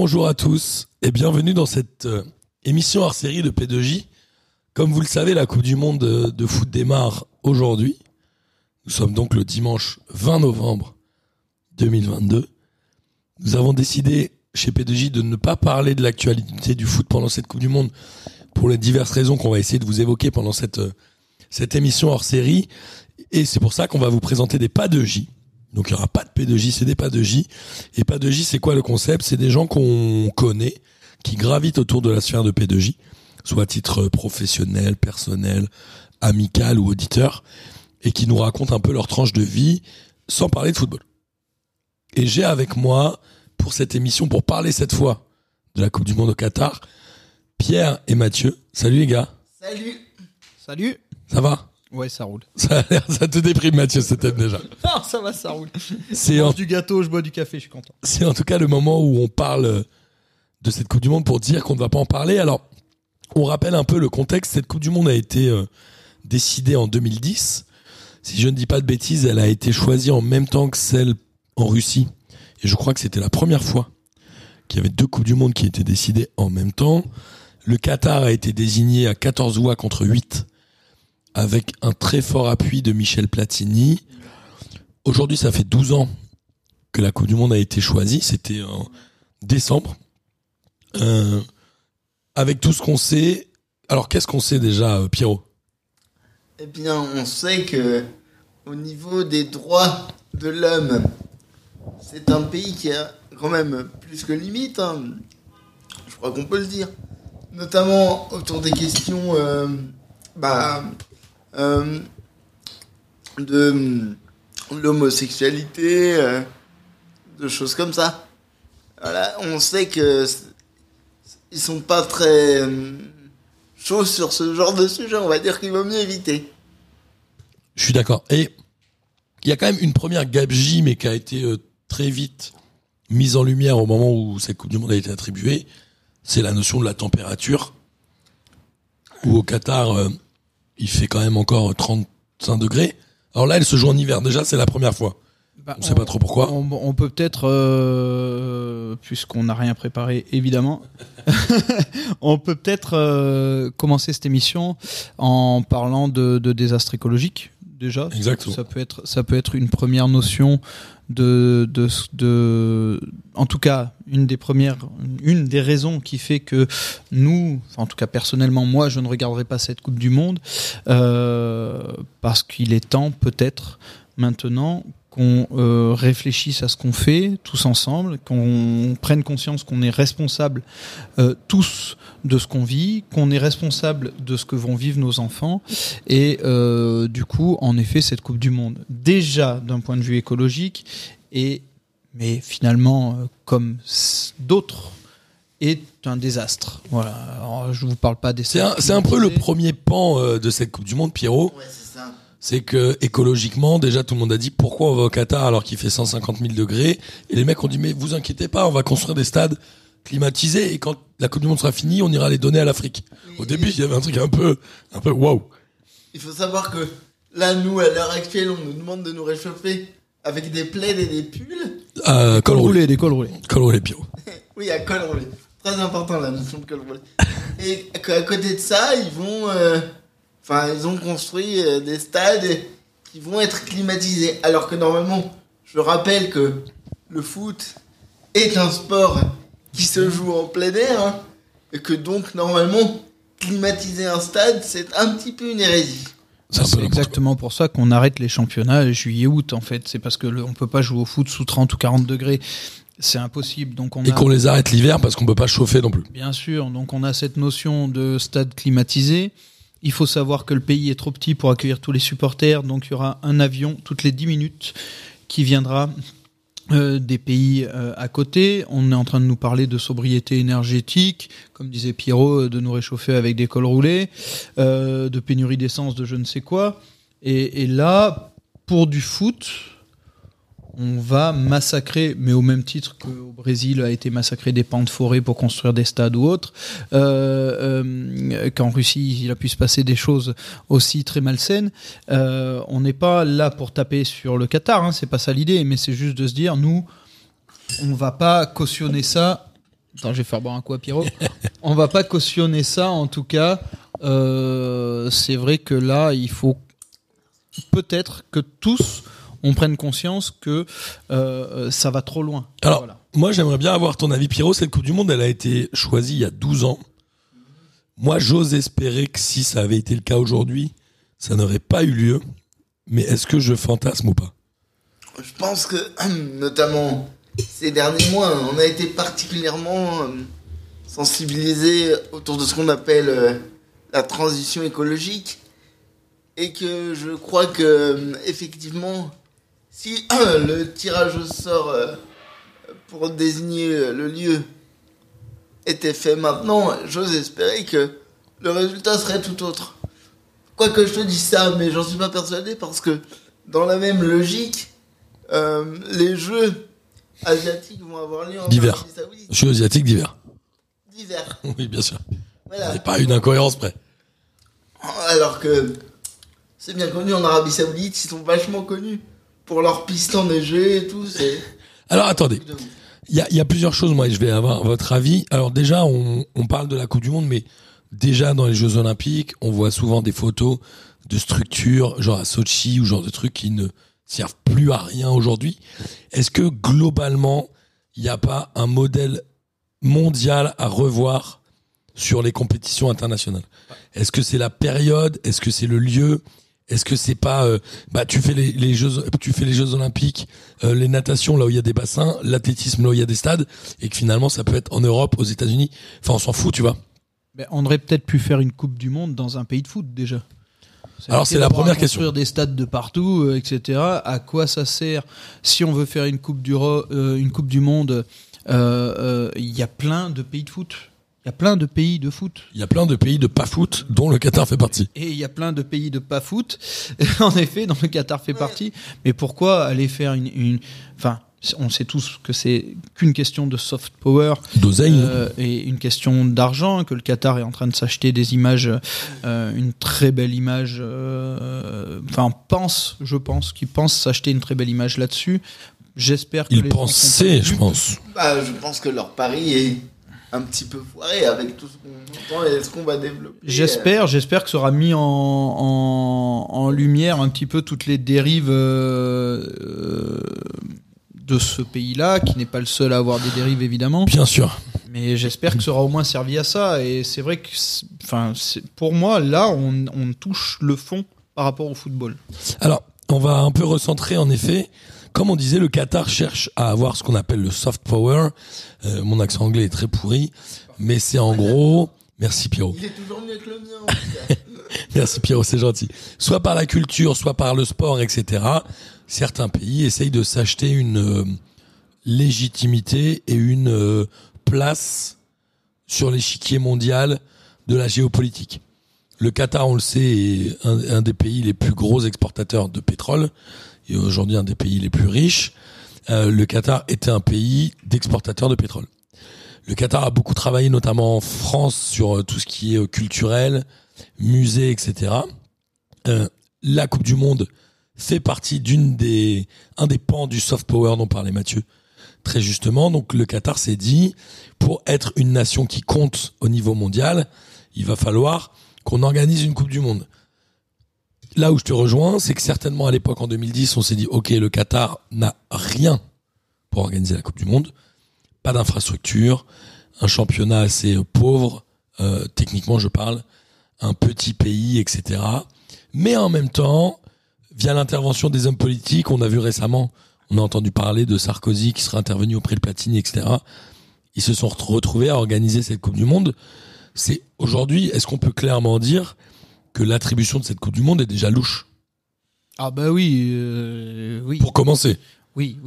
Bonjour à tous et bienvenue dans cette émission hors série de P2J. Comme vous le savez, la Coupe du Monde de foot démarre aujourd'hui. Nous sommes donc le dimanche 20 novembre 2022. Nous avons décidé chez P2J de ne pas parler de l'actualité du foot pendant cette Coupe du Monde pour les diverses raisons qu'on va essayer de vous évoquer pendant cette émission hors série. Et c'est pour ça qu'on va vous présenter des pas de J. Donc il n'y aura pas de P2J, c'est des pas de J. Et pas de J, c'est quoi le concept ? C'est des gens qu'on connaît, qui gravitent autour de la sphère de P2J, soit à titre professionnel, personnel, amical ou auditeur, et qui nous racontent un peu leur tranche de vie, sans parler de football. Et j'ai avec moi, pour cette émission, pour parler cette fois de la Coupe du Monde au Qatar, Pierre et Mathieu. Salut les gars. Salut. Ça va ? Ouais, ça roule. Ça te déprime, Mathieu, ce thème déjà. Non, ça va, ça roule. C'est je mange du gâteau, je bois du café, je suis content. C'est en tout cas le moment où on parle de cette Coupe du Monde pour dire qu'on ne va pas en parler. Alors, on rappelle un peu le contexte. Cette Coupe du Monde a été décidée en 2010. Si je ne dis pas de bêtises, elle a été choisie en même temps que celle en Russie. Et je crois que c'était la première fois qu'il y avait deux Coupes du Monde qui étaient décidées en même temps. Le Qatar a été désigné à 14 voix contre 8, avec un très fort appui de Michel Platini. Aujourd'hui, ça fait 12 ans que la Coupe du Monde a été choisie. C'était en décembre. Avec tout ce qu'on sait... Alors, qu'est-ce qu'on sait déjà, Pierrot ? Eh bien, on sait que au niveau des droits de l'homme, c'est un pays qui a quand même plus que limite. Hein. Je crois qu'on peut le dire. Notamment autour des questions de l'homosexualité, de choses comme ça. Voilà, on sait que ils sont pas très chauds sur ce genre de sujet. On va dire qu'il vaut mieux éviter. Je suis d'accord. Et il y a quand même une première gabegie, mais qui a été très vite mise en lumière au moment où cette Coupe du Monde a été attribuée. C'est la notion de la température. Où au Qatar, il fait quand même encore 35 degrés. Alors là, elle se joue en hiver. Déjà, c'est la première fois. On sait pas trop pourquoi. On peut peut-être, puisqu'on n'a rien préparé, évidemment, on peut peut-être commencer cette émission en parlant de désastre écologique. Déjà, exactement. Ça peut être une première notion de en tout cas une des raisons qui fait que nous, en tout cas personnellement moi, je ne regarderai pas cette Coupe du Monde parce qu'il est temps peut-être maintenant qu'on réfléchisse à ce qu'on fait tous ensemble, qu'on prenne conscience qu'on est responsable tous de ce qu'on vit, qu'on est responsable de ce que vont vivre nos enfants et du coup, en effet, cette Coupe du Monde, déjà d'un point de vue écologique, mais finalement, comme d'autres, est un désastre. Voilà. Alors, je vous parle pas des... C'est un peu le premier pan de cette Coupe du Monde, Pierrot. Ouais, c'est ça. C'est que écologiquement, déjà tout le monde a dit pourquoi on va au Qatar alors qu'il fait 150 000 degrés. Et les mecs ont dit mais vous inquiétez pas, on va construire des stades climatisés et quand la Coupe du Monde sera finie, on ira les donner à l'Afrique. Au début, il y avait un truc un peu waouh. Il faut savoir que là, nous, à l'heure actuelle, on nous demande de nous réchauffer avec des plaids et des pulls. Col roulé. Des cols roulés. Col roulé, Pierrot. Oui, à col roulé. Très important la notion de col roulé. Et à côté de ça, ils ont construit des stades qui vont être climatisés. Alors que normalement, je rappelle que le foot est un sport qui se joue en plein air. Hein, et que donc, normalement, climatiser un stade, c'est un petit peu une hérésie. C'est exactement pour ça qu'on arrête les championnats juillet-août, en fait. C'est parce que on peut pas jouer au foot sous 30 ou 40 degrés. C'est impossible. Donc qu'on les arrête l'hiver parce qu'on peut pas chauffer non plus. Bien sûr. Donc on a cette notion de stade climatisé. Il faut savoir que le pays est trop petit pour accueillir tous les supporters. Donc il y aura un avion toutes les 10 minutes qui viendra des pays à côté. On est en train de nous parler de sobriété énergétique, comme disait Pierrot, de nous réchauffer avec des cols roulés, de pénurie d'essence, de je ne sais quoi. Et là, pour du foot, on va massacrer, mais au même titre qu'au Brésil a été massacré des pans de forêt pour construire des stades ou autres, qu'en Russie il a pu se passer des choses aussi très malsaines. On n'est pas là pour taper sur le Qatar, hein, c'est pas ça l'idée, mais c'est juste de se dire, nous, on va pas cautionner ça Attends, je vais faire boire un coup à Pierrot. On va pas cautionner ça, en tout cas. C'est vrai que là, il faut peut-être que tous on prenne conscience que ça va trop loin. Alors, voilà. Moi, j'aimerais bien avoir ton avis, Pierrot. Cette Coupe du Monde, elle a été choisie il y a 12 ans. Moi, j'ose espérer que si ça avait été le cas aujourd'hui, ça n'aurait pas eu lieu. Mais est-ce que je fantasme ou pas ? Je pense que, notamment ces derniers mois, on a été particulièrement sensibilisés autour de ce qu'on appelle la transition écologique. Et que je crois que, effectivement, si le tirage au sort pour désigner le lieu était fait maintenant, j'ose espérer que le résultat serait tout autre. Quoique je te dise ça, mais j'en suis pas persuadé parce que dans la même logique, les Jeux asiatiques vont avoir lieu en D'hiver. Arabie Saoudite. Jeux asiatiques d'hiver. D'hiver. Oui, bien sûr. Voilà. C'est pas une incohérence près. Alors que c'est bien connu en Arabie Saoudite, ils sont vachement connus pour leurs pistes enneigées et tout. C'est... Alors, attendez. Il y a plusieurs choses, moi, et je vais avoir votre avis. Alors déjà, on parle de la Coupe du Monde, mais déjà dans les Jeux Olympiques, on voit souvent des photos de structures, genre à Sochi ou genre de trucs qui ne servent plus à rien aujourd'hui. Est-ce que globalement, il n'y a pas un modèle mondial à revoir sur les compétitions internationales ? Est-ce que c'est la période ? Est-ce que c'est le lieu ? Est-ce que c'est pas tu fais les Jeux Olympiques, les natations là où il y a des bassins, l'athlétisme là où il y a des stades, et que finalement ça peut être en Europe, aux États-Unis. Enfin, on s'en fout, tu vois. Ben, on aurait peut-être pu faire une Coupe du Monde dans un pays de foot déjà. Alors c'est la première question. Construire des stades de partout, etc. À quoi ça sert ? Si on veut faire une Coupe du Monde, il y a plein de pays de foot. Il y a plein de pays de foot. Il y a plein de pays de pas foot, dont le Qatar fait partie. Et il y a plein de pays de pas foot, en effet, dont le Qatar fait partie. Mais pourquoi aller faire Enfin, on sait tous que c'est qu'une question de soft power. D'oseille. Et une question d'argent, que le Qatar est en train de s'acheter des images, une très belle image. Je pense qu'il pense s'acheter une très belle image là-dessus. J'espère que Ils pensaient, je pense. Je pense que leur pari est un petit peu foiré avec tout ce qu'on entend et ce qu'on va développer. J'espère que ça aura mis en lumière un petit peu toutes les dérives de ce pays-là, qui n'est pas le seul à avoir des dérives évidemment. Bien sûr. Mais j'espère que ça aura au moins servi à ça. Et c'est vrai que, pour moi, là, on touche le fond par rapport au football. Alors, on va un peu recentrer en effet. Comme on disait, le Qatar cherche à avoir ce qu'on appelle le soft power. Mon accent anglais est très pourri, mais c'est en gros... Merci Pierrot. Il est toujours mieux que le mien. En tout cas. Merci Pierrot, c'est gentil. Soit par la culture, soit par le sport, etc. Certains pays essayent de s'acheter une légitimité et une place sur l'échiquier mondial de la géopolitique. Le Qatar, on le sait, est un des pays les plus gros exportateurs de pétrole et aujourd'hui un des pays les plus riches. Le Qatar était un pays d'exportateurs de pétrole. Le Qatar a beaucoup travaillé, notamment en France, sur tout ce qui est culturel, musée, etc. La Coupe du Monde fait partie un des pans du soft power dont parlait Mathieu très justement. Donc le Qatar s'est dit, pour être une nation qui compte au niveau mondial, il va falloir qu'on organise une Coupe du Monde. Là où je te rejoins, c'est que certainement à l'époque, en 2010, on s'est dit, ok, le Qatar n'a rien pour organiser la Coupe du Monde, pas d'infrastructure, un championnat assez pauvre, techniquement je parle, un petit pays, etc. Mais en même temps, via l'intervention des hommes politiques, on a vu récemment, on a entendu parler de Sarkozy qui serait intervenu auprès de Platini, etc. Ils se sont retrouvés à organiser cette Coupe du Monde. C'est aujourd'hui, est-ce qu'on peut clairement dire que l'attribution de cette Coupe du Monde est déjà louche ? Ah bah oui, oui. Pour commencer. Oui.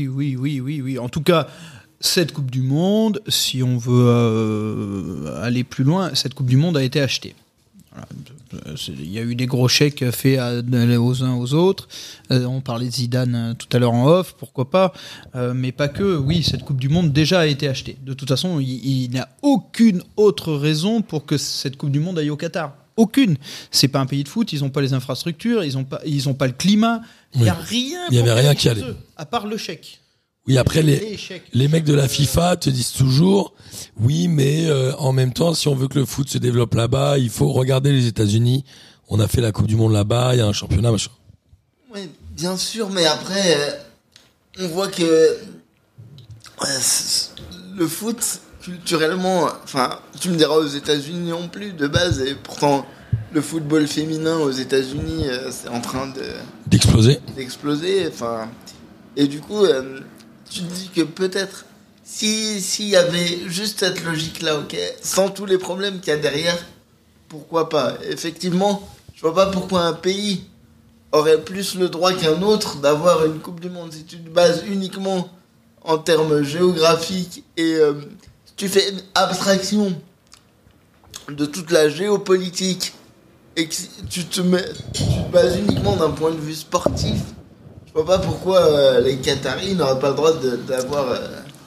En tout cas, cette Coupe du Monde, si on veut aller plus loin, cette Coupe du Monde a été achetée. Voilà. Il y a eu des gros chèques faits aux uns aux autres. On parlait de Zidane tout à l'heure en off, pourquoi pas. Mais pas que. Oui, cette Coupe du Monde déjà a été achetée. De toute façon, il n'y a aucune autre raison pour que cette Coupe du Monde aille au Qatar. Aucune. C'est pas un pays de foot. Ils n'ont pas les infrastructures. Ils ont pas le climat. Il y a rien. Il y avait rien qui allait. À part le chèque. Oui, après les mecs de la FIFA te disent toujours oui, mais en même temps, si on veut que le foot se développe là-bas, il faut regarder les États-Unis. On a fait la Coupe du Monde là-bas, il y a un championnat, machin. Oui, bien sûr, mais après, on voit que le foot, culturellement, enfin, tu me diras aux États-Unis non plus de base, et pourtant le football féminin aux États-Unis, c'est en train d'exploser. Enfin, et du coup, tu te dis que peut-être s'il y avait juste cette logique-là, ok, sans tous les problèmes qu'il y a derrière, pourquoi pas. Effectivement, je vois pas pourquoi un pays aurait plus le droit qu'un autre d'avoir une Coupe du Monde. Si tu te bases uniquement en termes géographiques et tu fais une abstraction de toute la géopolitique et que tu te bases uniquement d'un point de vue sportif, je vois pas pourquoi les Qataris n'auraient pas le droit d'avoir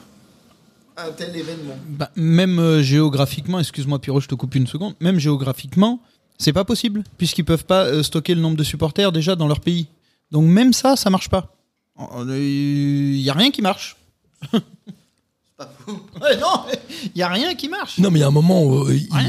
un tel événement. Bah, même géographiquement, excuse-moi Pierrot, je te coupe une seconde, même géographiquement, c'est pas possible, puisqu'ils peuvent pas stocker le nombre de supporters déjà dans leur pays. Donc même ça marche pas. Il y a rien qui marche. C'est pas fou. Ouais, non, il y a rien qui marche. Non, mais il y a un moment où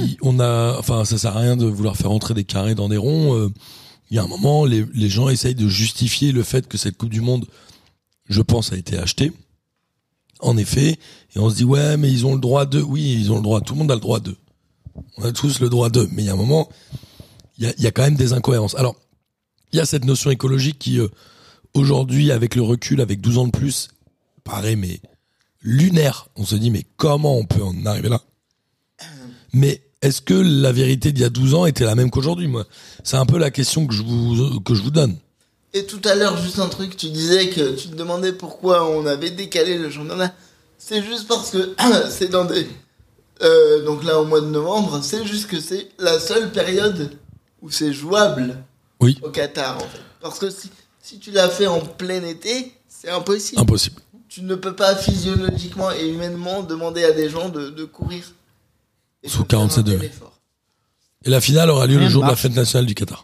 ça sert à rien de vouloir faire entrer des carrés dans des ronds. Il y a un moment, les gens essayent de justifier le fait que cette Coupe du Monde, je pense, a été achetée. En effet, et on se dit ouais, mais ils ont le droit de. Oui, ils ont le droit. Tout le monde a le droit de. On a tous le droit de. Mais il y a un moment, il y a quand même des incohérences. Alors, il y a cette notion écologique qui, aujourd'hui, avec le recul, avec 12 ans de plus, paraît mais lunaire. On se dit mais comment on peut en arriver là ? Mais est-ce que la vérité d'il y a 12 ans était la même qu'aujourd'hui, moi ? C'est un peu la question que je vous donne. Et tout à l'heure, juste un truc, tu disais que tu te demandais pourquoi on avait décalé le championnat. C'est juste parce que c'est dans des... donc là, au mois de novembre, c'est juste que c'est la seule période où c'est jouable au Qatar, en fait. Parce que si tu l'as fait en plein été, c'est impossible. Impossible. Tu ne peux pas physiologiquement et humainement demander à des gens de courir. Sous 47 degrés. Et la finale aura lieu le jour de la fête nationale du Qatar.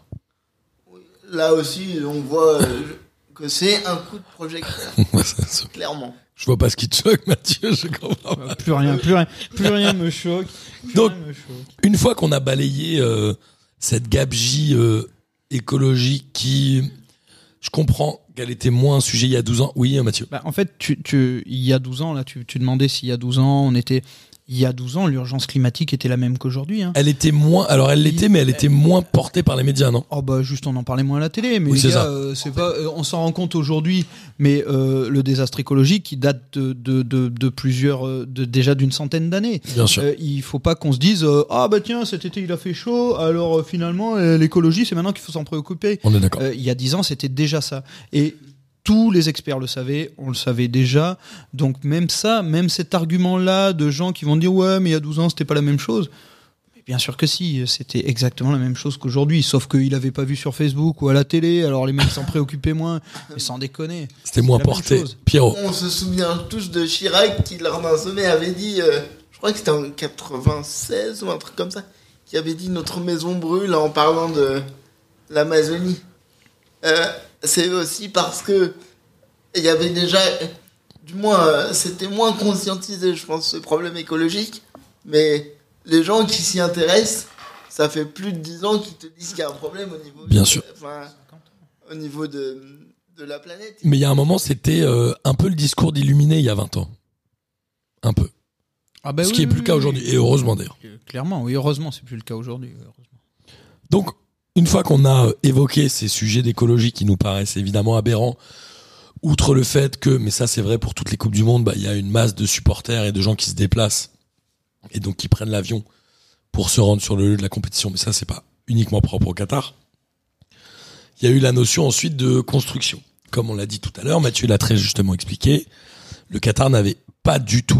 Là aussi, on voit que c'est un coup de projecteur. Clairement. Je vois pas ce qui te choque, Mathieu, je comprends pas. Plus rien me choque. Donc, une fois qu'on a balayé cette gabegie écologique qui... Je comprends qu'elle était moins un sujet il y a 12 ans. Oui, Mathieu. Bah, en fait, il y a 12 ans, là, tu demandais s'il y a 12 ans, il y a 12 ans, l'urgence climatique était la même qu'aujourd'hui. Hein. Elle était moins, alors elle l'était, mais elle était moins portée par les médias, non ? Oh bah juste on en parlait moins à la télé, mais oui, les gars, c'est pas, on s'en rend compte aujourd'hui, mais le désastre écologique qui date de plusieurs, déjà d'une centaine d'années. Bien sûr. Il faut pas qu'on se dise ah bah tiens cet été il a fait chaud, alors finalement l'écologie c'est maintenant qu'il faut s'en préoccuper. On est d'accord. Il y a 10 ans c'était déjà ça et tous les experts le savaient, on le savait déjà. Donc même cet argument-là de gens qui vont dire ouais mais il y a 12 ans c'était pas la même chose. Mais bien sûr que si, c'était exactement la même chose qu'aujourd'hui, sauf qu'il avait pas vu sur Facebook ou à la télé, alors les mecs s'en préoccupaient moins, mais sans déconner. C'était moins porté. Pierrot. On se souvient tous de Chirac qui lors d'un sommet avait dit, je crois que c'était en 96 ou un truc comme ça, qui avait dit notre maison brûle en parlant de l'Amazonie. C'est aussi parce que il y avait déjà, du moins, c'était moins conscientisé, je pense, ce problème écologique. Mais les gens qui s'y intéressent, ça fait plus de 10 ans qu'ils te disent qu'il y a un problème au niveau, bien sûr, au niveau de la planète. Mais il y a un moment, c'était un peu le discours d'Illuminé il y a 20 ans, un peu. Ah bah ce qui est plus le cas aujourd'hui, et heureusement d'ailleurs. Clairement, oui, heureusement, c'est plus le cas aujourd'hui. Donc, une fois qu'on a évoqué ces sujets d'écologie qui nous paraissent évidemment aberrants, outre le fait que, mais ça c'est vrai pour toutes les Coupes du Monde, bah, y a une masse de supporters et de gens qui se déplacent et donc qui prennent l'avion pour se rendre sur le lieu de la compétition, mais ça c'est pas uniquement propre au Qatar. Il y a eu la notion ensuite de construction. Comme on l'a dit tout à l'heure, Mathieu l'a très justement expliqué, le Qatar n'avait pas du tout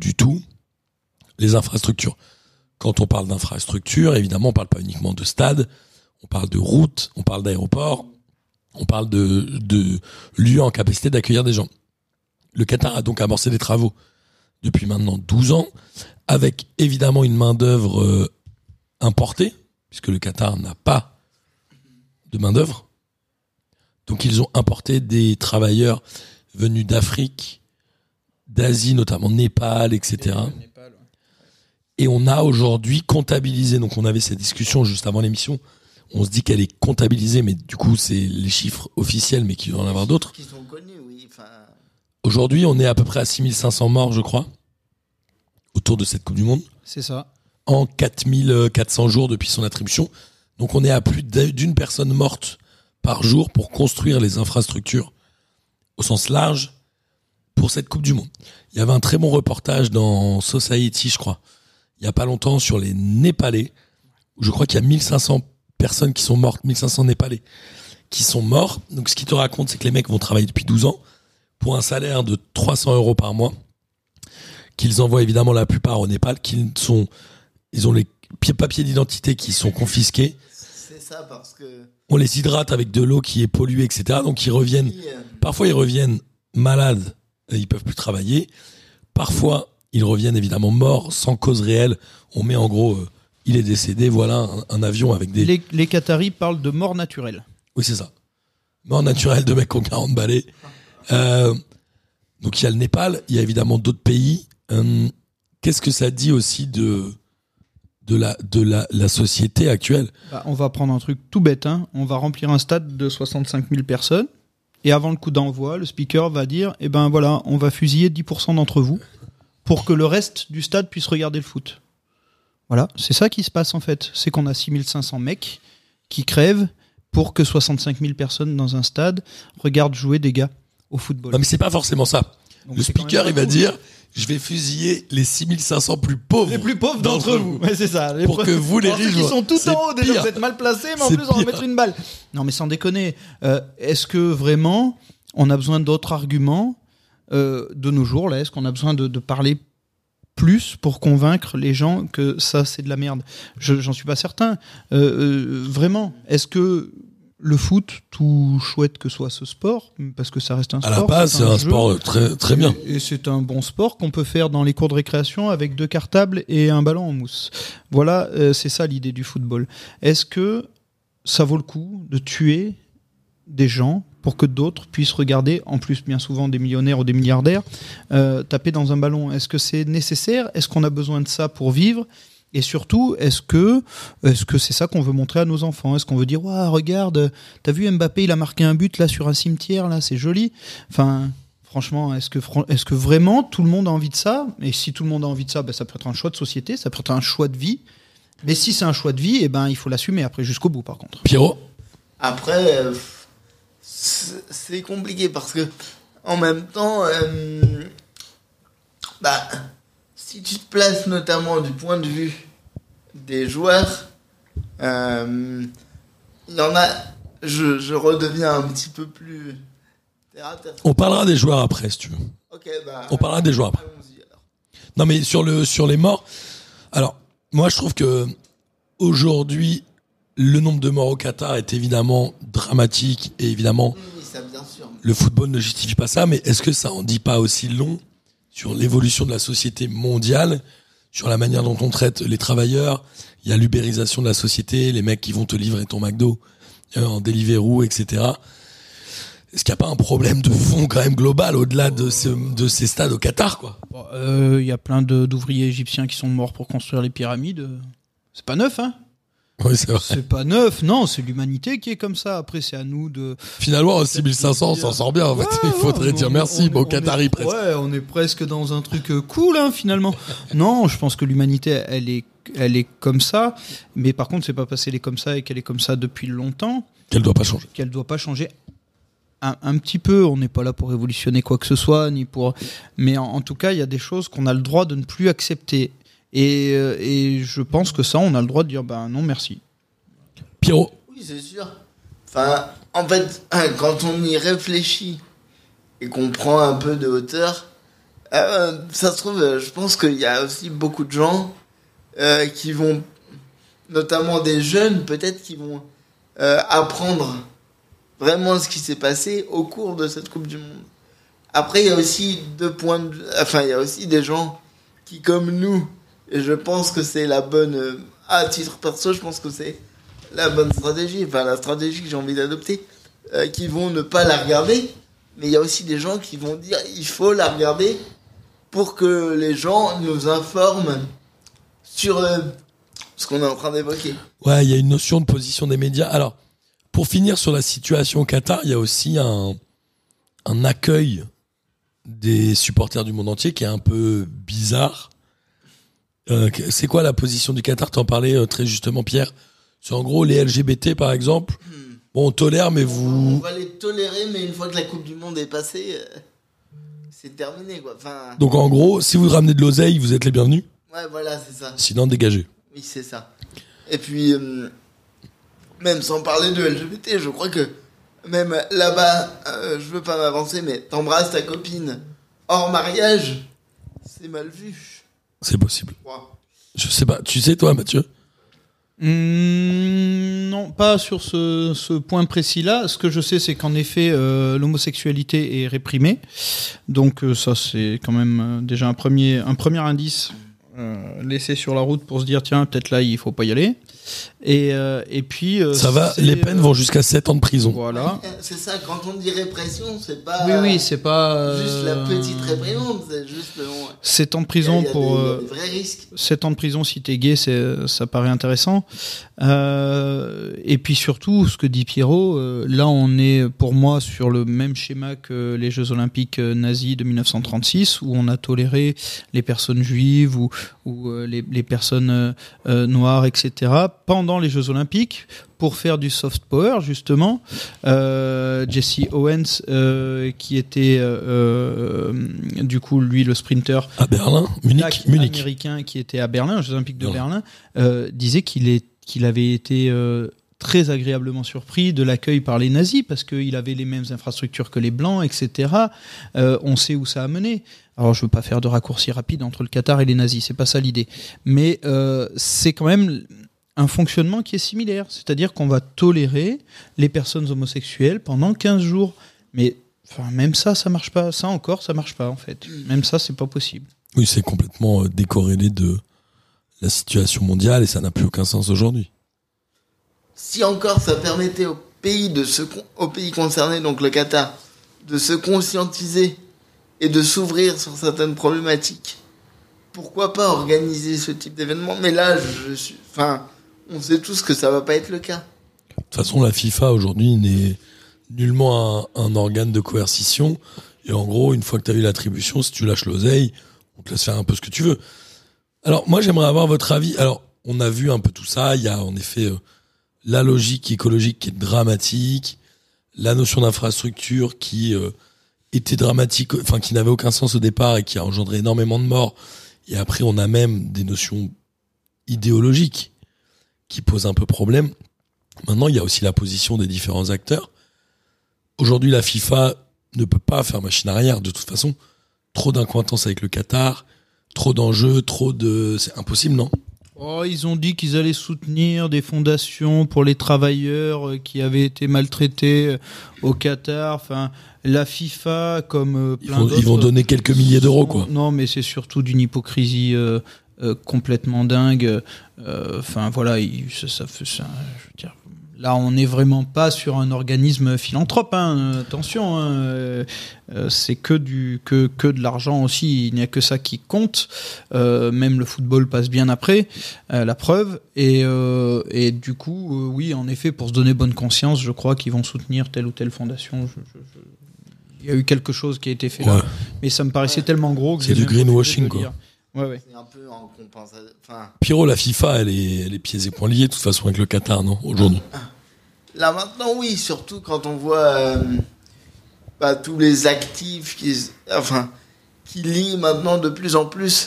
les infrastructures. Quand on parle d'infrastructures, évidemment on parle pas uniquement de stades, on parle de routes, on parle d'aéroports, on parle de lieux en capacité d'accueillir des gens. Le Qatar a donc amorcé des travaux depuis maintenant 12 ans, avec évidemment une main-d'œuvre importée, puisque le Qatar n'a pas de main-d'œuvre. Donc ils ont importé des travailleurs venus d'Afrique, d'Asie, notamment Népal, etc. Et on a aujourd'hui comptabilisé, donc on avait cette discussion juste avant l'émission, on se dit qu'elle est comptabilisée, mais du coup c'est les chiffres officiels, mais qu'il doit y en avoir d'autres. Qui sont connus, oui. Enfin... Aujourd'hui on est à peu près à 6500 morts, je crois, autour de cette Coupe du Monde. C'est ça. En 4400 jours depuis son attribution. Donc on est à plus d'une personne morte par jour pour construire les infrastructures au sens large pour cette Coupe du Monde. Il y avait un très bon reportage dans Society, je crois, il y a pas longtemps sur les Népalais, où je crois qu'il y a 1500 personnes qui sont mortes, 1500 Népalais qui sont morts. Donc ce qui te raconte, c'est que les mecs vont travailler depuis 12 ans pour un salaire de 300 € par mois, qu'ils envoient évidemment la plupart au Népal, ils ont les papiers d'identité qui sont confisqués. C'est ça, parce que... On les hydrate avec de l'eau qui est polluée, etc. Donc ils reviennent, parfois ils reviennent malades, et ils peuvent plus travailler. Parfois, ils reviennent évidemment morts, sans cause réelle. On met en gros, il est décédé, voilà, un avion avec des... Les Qataris parlent de mort naturelle. Oui, c'est ça. Mort naturelle de mecs qui ont 40 balais. Donc il y a le Népal, il y a évidemment d'autres pays. Qu'est-ce que ça dit aussi de la société actuelle? On va prendre un truc tout bête. On va remplir un stade de 65 000 personnes. Et avant le coup d'envoi, le speaker va dire, voilà, on va fusiller 10% d'entre vous pour que le reste du stade puisse regarder le foot. Voilà, c'est ça qui se passe en fait. C'est qu'on a 6500 mecs qui crèvent pour que 65 000 personnes dans un stade regardent jouer des gars au football. Non mais c'est pas forcément ça. Donc le speaker, il va dire, je vais fusiller les 6500 plus pauvres. Les plus pauvres d'entre vous. Ouais, c'est ça. Pour que vous, les riches, qui sont tout c'est en haut, déjà pire. vous êtes mal placés, mais en C'est plus on va pire. mettre une balle. Non mais sans déconner, est-ce que vraiment on a besoin d'autres arguments de nos jours là? Est-ce qu'on a besoin de parler plus pour convaincre les gens que ça c'est de la merde? J'en suis pas certain. Vraiment, est-ce que le foot, tout chouette que soit ce sport, parce que ça reste un sport. À la base, c'est un jeu, sport très, très bien. Et c'est un bon sport qu'on peut faire dans les cours de récréation avec 2 cartables et un ballon en mousse. Voilà, c'est ça l'idée du football. Est-ce que ça vaut le coup de tuer des gens pour que d'autres puissent regarder, en plus bien souvent des millionnaires ou des milliardaires, taper dans un ballon? Est-ce que c'est nécessaire? Est-ce qu'on a besoin de ça pour vivre? Et surtout, est-ce que c'est ça qu'on veut montrer à nos enfants? Est-ce qu'on veut dire, ouais, regarde, t'as vu Mbappé, il a marqué un but là sur un cimetière, là, c'est joli. Enfin, franchement, est-ce que vraiment tout le monde a envie de ça? Et si tout le monde a envie de ça, ça peut être un choix de société, ça peut être un choix de vie. Mais si c'est un choix de vie, il faut l'assumer après jusqu'au bout, par contre. Pierrot? Après, c'est compliqué parce que en même temps, si tu te places notamment du point de vue des joueurs, il y en a. Je redeviens un petit peu plus terre à terre. On parlera des joueurs après, si tu veux. Ok, On parlera des joueurs après. allons-y, alors. Non, mais sur les morts, alors, moi, je trouve que aujourd'hui, le nombre de morts au Qatar est évidemment dramatique et évidemment, Oui, ça, bien sûr. le football ne justifie pas ça, mais est-ce que ça en dit pas aussi long sur l'évolution de la société mondiale, sur la manière dont on traite les travailleurs? Il y a l'ubérisation de la société, les mecs qui vont te livrer ton McDo en Deliveroo, etc. Est-ce qu'il n'y a pas un problème de fond quand même global au-delà de ces stades au Qatar, quoi? Il y a plein d'ouvriers égyptiens qui sont morts pour construire les pyramides. C'est pas neuf, hein? Oui, c'est vrai. C'est pas neuf, non, c'est l'humanité qui est comme ça. Après, c'est à nous de... Finalement, en 6500, on s'en sort bien, en fait. Ouais, Il faudrait dire merci aux Qataris, presque. Ouais, on est presque dans un truc cool, hein, finalement. Non, je pense que l'humanité, elle est comme ça. Mais par contre, c'est pas parce qu'elle est comme ça et qu'elle est comme ça depuis longtemps Qu'elle doit pas changer. qu'elle doit pas changer. Un petit peu, on n'est pas là pour révolutionner quoi que ce soit, ni pour... Mais en tout cas, il y a des choses qu'on a le droit de ne plus accepter. Et je pense que ça, on a le droit de dire non, merci. Pierrot? Oui, c'est sûr. Enfin, en fait, quand on y réfléchit et qu'on prend un peu de hauteur, ça se trouve, je pense qu'il y a aussi beaucoup de gens qui vont, notamment des jeunes peut-être, qui vont apprendre vraiment ce qui s'est passé au cours de cette Coupe du Monde. Après, il y a aussi il y a aussi des gens qui, comme nous, et je pense que c'est la bonne, à titre perso, je pense que c'est la bonne stratégie, enfin la stratégie que j'ai envie d'adopter, qui vont ne pas la regarder, mais il y a aussi des gens qui vont dire il faut la regarder pour que les gens nous informent sur ce qu'on est en train d'évoquer. Ouais, il y a une notion de position des médias. Alors, pour finir sur la situation au Qatar, il y a aussi un accueil des supporters du monde entier qui est un peu bizarre. C'est quoi la position du Qatar? T'en parlais très justement, Pierre. C'est en gros les LGBT, par exemple. Bon, on tolère, mais On va les tolérer, mais une fois que la Coupe du Monde est passée, c'est terminé, quoi. Enfin... Donc en gros, si vous ramenez de l'oseille, vous êtes les bienvenus. Ouais, voilà, c'est ça. Sinon, dégagez. Oui, c'est ça. Et puis, même sans parler de LGBT, je crois que même là-bas, je veux pas m'avancer, mais t'embrasses ta copine hors mariage, c'est mal vu. C'est possible. Wow. Je sais pas. Tu sais, toi, Mathieu? Non, pas sur ce point précis-là. Ce que je sais, c'est qu'en effet, l'homosexualité est réprimée. Donc ça, c'est quand même déjà un premier indice laissé sur la route pour se dire, tiens, peut-être là, il faut pas y aller. Et puis... ça va, les peines vont jusqu'à 7 ans de prison. Voilà. C'est ça, quand on dit répression, c'est pas... Oui, c'est pas... juste la petite répression, c'est juste... 7 ans de prison pour... des vrais risques. 7 ans de prison si t'es gay, ça paraît intéressant. Et puis surtout, ce que dit Pierrot, là on est pour moi sur le même schéma que les Jeux Olympiques nazis de 1936, où on a toléré les personnes juives ou les personnes noires, etc. pendant les Jeux Olympiques pour faire du soft power justement. Jesse Owens qui était du coup lui le sprinter à Berlin, Munich américain qui était à Berlin, aux Jeux Olympiques de Berlin, disait qu'il avait été très agréablement surpris de l'accueil par les nazis parce qu'il avait les mêmes infrastructures que les blancs, etc. On sait où ça a mené. Alors je veux pas faire de raccourci rapide entre le Qatar et les nazis, c'est pas ça l'idée, mais c'est quand même un fonctionnement qui est similaire, c'est-à-dire qu'on va tolérer les personnes homosexuelles pendant 15 jours. Mais enfin, même ça marche pas. Ça encore, ça marche pas en fait. Même ça, c'est pas possible. Oui, c'est complètement décorrélé de la situation mondiale et ça n'a plus aucun sens aujourd'hui. Si encore ça permettait aux pays concernés, donc le Qatar, de se conscientiser et de s'ouvrir sur certaines problématiques, pourquoi pas organiser ce type d'événement? Mais là, on sait tous que ça va pas être le cas. De toute façon, la FIFA aujourd'hui n'est nullement un organe de coercition. Et en gros, une fois que tu as eu l'attribution, si tu lâches l'oseille, on te laisse faire un peu ce que tu veux. Alors, moi, j'aimerais avoir votre avis. Alors, on a vu un peu tout ça. Il y a en effet la logique écologique qui est dramatique, la notion d'infrastructure qui était dramatique, enfin qui n'avait aucun sens au départ et qui a engendré énormément de morts. Et après, on a même des notions idéologiques qui posent un peu problème. Maintenant, il y a aussi la position des différents acteurs. Aujourd'hui, la FIFA ne peut pas faire machine arrière, de toute façon. Trop d'incointance avec le Qatar, trop d'enjeux, c'est impossible, non? Oh, ils ont dit qu'ils allaient soutenir des fondations pour les travailleurs qui avaient été maltraités au Qatar. Enfin, la FIFA, comme plein d'autres... Ils vont donner quelques milliers d'euros, quoi. Non, mais c'est surtout d'une hypocrisie complètement dingue. Enfin, voilà, ça fait ça. Je veux dire, là, on n'est vraiment pas sur un organisme philanthrope. Hein. Attention, hein. C'est que de l'argent aussi. Il n'y a que ça qui compte. Même le football passe bien après, la preuve. Et du coup, oui, en effet, pour se donner bonne conscience, je crois qu'ils vont soutenir telle ou telle fondation. Il y a eu quelque chose qui a été fait là, mais ça me paraissait tellement gros que c'est du greenwashing, quoi. Ouais. C'est un peu en compensation. Enfin... Pierrot, la FIFA, elle est pieds et poings liés, de toute façon, avec le Qatar, non, aujourd'hui? Là, maintenant, oui, surtout quand on voit tous les actifs qui lient maintenant de plus en plus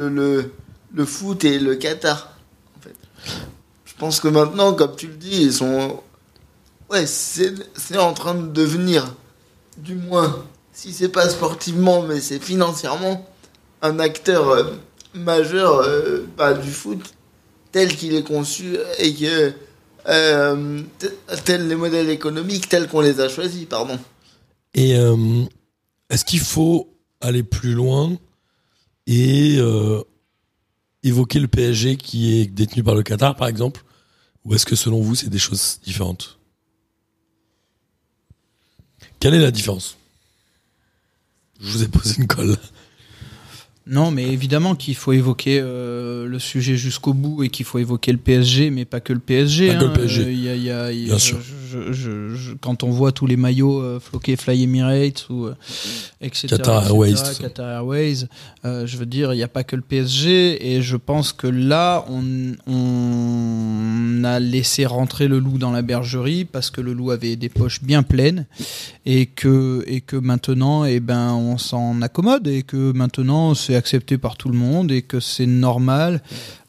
le foot et le Qatar. En fait. Je pense que maintenant, comme tu le dis, ils sont... Ouais, c'est en train de devenir, du moins, si c'est pas sportivement, mais c'est financièrement, un acteur majeur du foot tel qu'il est conçu et que tels les modèles économiques tels qu'on les a choisis, pardon. Et est-ce qu'il faut aller plus loin et évoquer le PSG qui est détenu par le Qatar, par exemple, ou est-ce que selon vous c'est des choses différentes? Quelle est la différence? Je vous ai posé une colle. Non, mais évidemment qu'il faut évoquer le sujet jusqu'au bout et qu'il faut évoquer le PSG, mais pas que le PSG. Pas que le PSG. Bien sûr. Quand on voit tous les maillots floqués Fly Emirates ou etc. Qatar Airways, je veux dire, il n'y a pas que le PSG et je pense que là, on a laissé rentrer le loup dans la bergerie parce que le loup avait des poches bien pleines et que maintenant, on s'en accommode et que maintenant c'est accepté par tout le monde et que c'est normal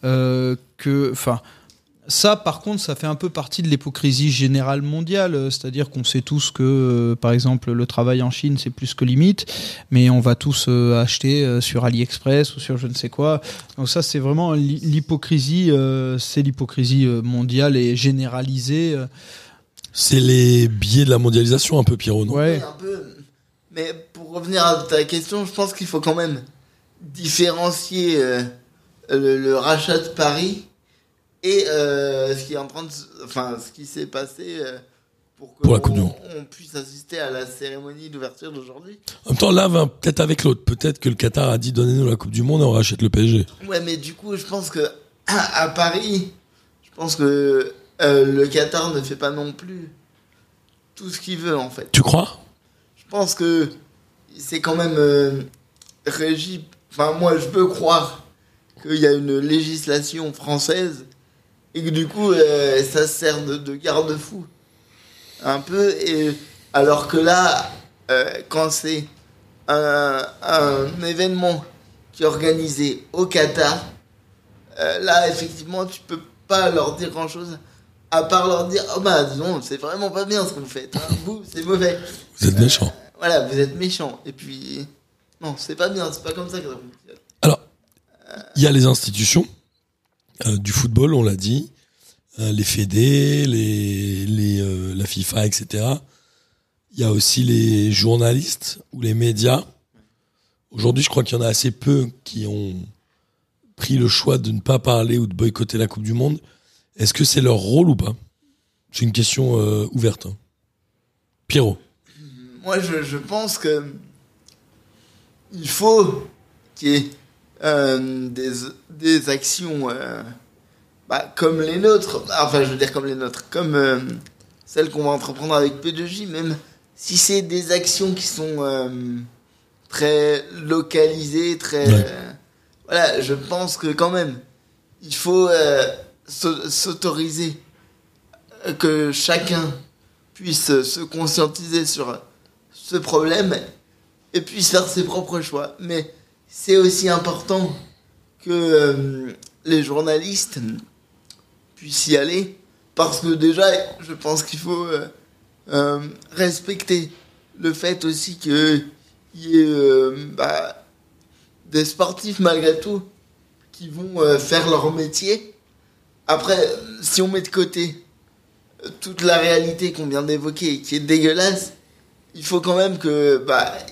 ça par contre ça fait un peu partie de l'hypocrisie générale mondiale, c'est-à-dire qu'on sait tous que par exemple le travail en Chine c'est plus que limite, mais on va tous acheter sur AliExpress ou sur je ne sais quoi, donc ça c'est vraiment l'hypocrisie, c'est l'hypocrisie mondiale et généralisée. C'est les biais de la mondialisation un peu, Pierrot, non? Ouais. Un peu. Mais pour revenir à ta question, je pense qu'il faut quand même différencier le rachat de Paris et ce qui est en train de, ce qui s'est passé pour que la Coupe du Monde. On puisse assister à la cérémonie d'ouverture d'aujourd'hui. En même temps, là, peut-être avec l'autre. Peut-être que le Qatar a dit donnez-nous la Coupe du Monde et on rachète le PSG. Ouais, mais du coup, je pense que à Paris, je pense que le Qatar ne fait pas non plus tout ce qu'il veut en fait. Tu crois? Je pense que c'est quand même régi. Enfin, moi, je peux croire qu'il y a une législation française et que du coup, ça sert de garde-fou un peu. Et alors que là, quand c'est un événement qui est organisé au Qatar, là, effectivement, tu peux pas leur dire grand-chose à part leur dire oh bah disons, c'est vraiment pas bien ce que vous faites. Hein. Vous, c'est mauvais. Vous êtes méchants. Voilà, vous êtes méchants. Et puis, non, c'est pas bien, c'est pas comme ça que ça fonctionne. Alors, il y a les institutions du football, on l'a dit, les fédés, la FIFA, etc. Il y a aussi les journalistes ou les médias. Aujourd'hui, je crois qu'il y en a assez peu qui ont pris le choix de ne pas parler ou de boycotter la Coupe du Monde. Est-ce que c'est leur rôle ou pas? C'est une question ouverte. Hein. Pierrot. Moi, je pense que il faut qu'il y ait des actions comme les nôtres. Enfin, je veux dire comme les nôtres. Comme celles qu'on va entreprendre avec P2J, même si c'est des actions qui sont très localisées, très... Ouais. Voilà, je pense que quand même, il faut s'autoriser que chacun puisse se conscientiser sur ce problème et puisse faire ses propres choix. Mais c'est aussi important que les journalistes puissent y aller parce que déjà, je pense qu'il faut respecter le fait aussi qu'il y ait des sportifs malgré tout qui vont faire leur métier. Après, si on met de côté toute la réalité qu'on vient d'évoquer, qui est dégueulasse, il faut quand même que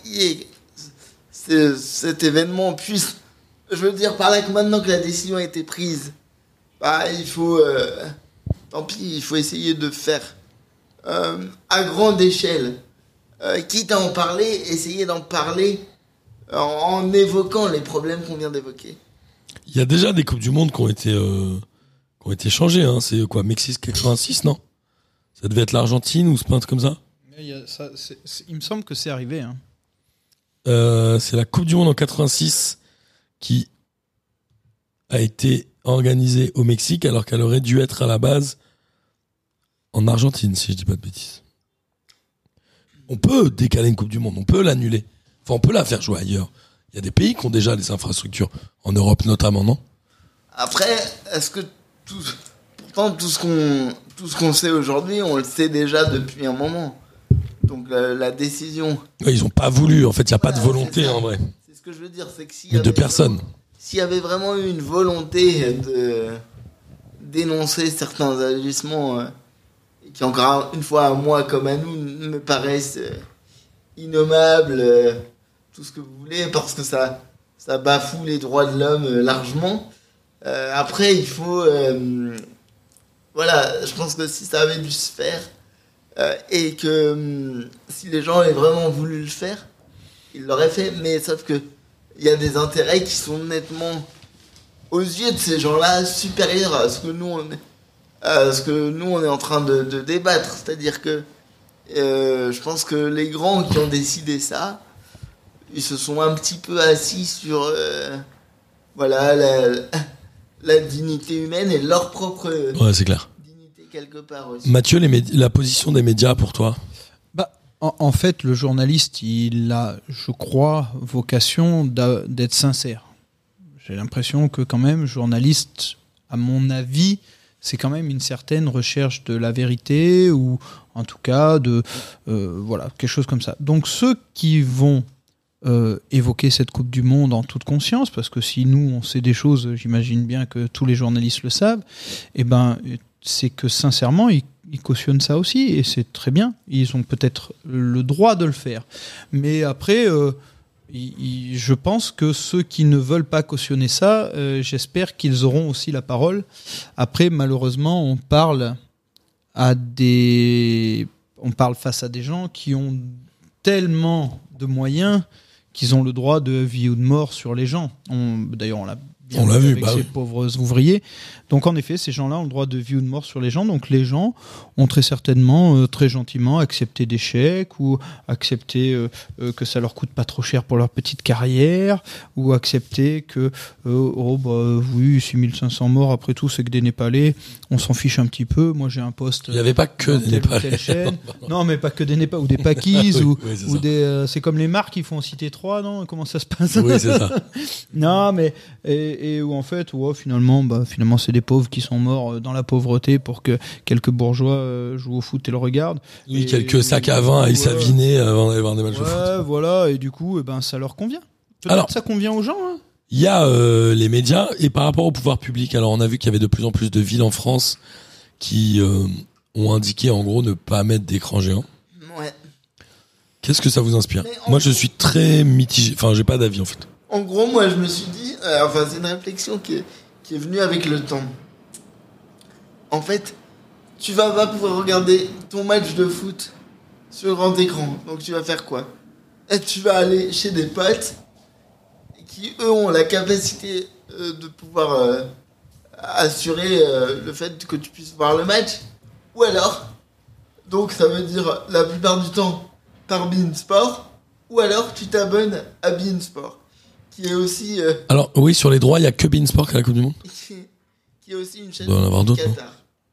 cet événement puisse... Je veux dire par là que maintenant que la décision a été prise, il faut... tant pis, il faut essayer de faire à grande échelle. Quitte à en parler, essayer d'en parler en évoquant les problèmes qu'on vient d'évoquer. Il y a déjà des Coupes du Monde qui ont été changées. Hein. C'est quoi, Mexique 86, non? Ça devait être l'Argentine ou c'est pas un truc comme ça? Il me semble que c'est arrivé. Hein. C'est la Coupe du Monde en 86 qui a été organisée au Mexique alors qu'elle aurait dû être à la base en Argentine, si je dis pas de bêtises. On peut décaler une Coupe du Monde, on peut l'annuler. Enfin, on peut la faire jouer ailleurs. Il y a des pays qui ont déjà des infrastructures, en Europe notamment, non? Après, est-ce que pourtant tout ce qu'on sait aujourd'hui, on le sait déjà depuis un moment. Donc la décision. Ouais, ils ont pas voulu. En fait, il y a pas de volonté en vrai. C'est ce que je veux dire, c'est que Mais de personne. S'il y avait vraiment eu une volonté de dénoncer certains agissements qui encore une fois à moi comme à nous me paraissent innommables, tout ce que vous voulez, parce que ça bafoue les droits de l'homme largement. Après, il faut... voilà, je pense que si ça avait dû se faire, et que si les gens avaient vraiment voulu le faire, ils l'auraient fait. Mais sauf que il y a des intérêts qui sont nettement, aux yeux de ces gens-là, supérieurs à ce que nous on est en train de débattre. C'est-à-dire que je pense que les grands qui ont décidé ça, ils se sont un petit peu assis sur la dignité humaine et leur propre c'est clair. dignité quelque part aussi. Mathieu, la position des médias pour toi? En fait, le journaliste, il a, je crois, vocation d'être sincère. J'ai l'impression que quand même, journaliste, à mon avis, c'est quand même une certaine recherche de la vérité ou en tout cas de quelque chose comme ça. Donc ceux qui vont évoquer cette Coupe du Monde en toute conscience, parce que si nous on sait des choses, j'imagine bien que tous les journalistes le savent, c'est que sincèrement ils cautionnent ça aussi et c'est très bien. Ils ont peut-être le droit de le faire, mais après je pense que ceux qui ne veulent pas cautionner ça, j'espère qu'ils auront aussi la parole. Après, malheureusement, on parle face à des gens qui ont tellement de moyens qu'ils ont le droit de vie ou de mort sur les gens. D'ailleurs, on l'a vu avec ces pauvres ouvriers. Donc en effet, ces gens-là ont le droit de vie ou de mort sur les gens. Donc les gens ont très certainement, très gentiment accepté des chèques ou accepté que ça leur coûte pas trop cher pour leur petite carrière ou accepté que oui, 6500 morts après tout, c'est que des Népalais, on s'en fiche un petit peu. Moi j'ai un poste. Il n'y avait pas que des Népalais. Non, mais pas que des Népalais ou des Pakis ou des. C'est comme les marques qui font en citer 3, non? Comment ça se passe? Oui, c'est ça. Non, mais et où en fait, finalement, c'est des pauvres qui sont morts dans la pauvreté pour que quelques bourgeois jouent au foot et le regardent. Oui, quelques sacs à vin à Issaviner avant d'aller voir des matchs de foot. Voilà, et du coup, ça leur convient. Peut-être ça convient aux gens. Hein. Il y a les médias et par rapport au pouvoir public. Alors, on a vu qu'il y avait de plus en plus de villes en France qui ont indiqué en gros ne pas mettre d'écran géant. Ouais. Qu'est-ce que ça vous inspire? Moi, je suis très mitigé. Enfin, j'ai pas d'avis en fait. En gros, moi, je me suis dit, c'est une réflexion qui est venue avec le temps. En fait, tu vas pas pouvoir regarder ton match de foot sur grand écran. Donc, tu vas faire quoi? Et tu vas aller chez des potes qui, eux, ont la capacité de pouvoir assurer le fait que tu puisses voir le match. Ou alors, donc ça veut dire la plupart du temps par beIN Sport, ou alors tu t'abonnes à beIN Sport. Qui est aussi. Alors, oui, sur les droits, il n'y a que beIN Sport qui a la Coupe du Monde. Qui est aussi une chaîne il doit en avoir d'autres, Qatar.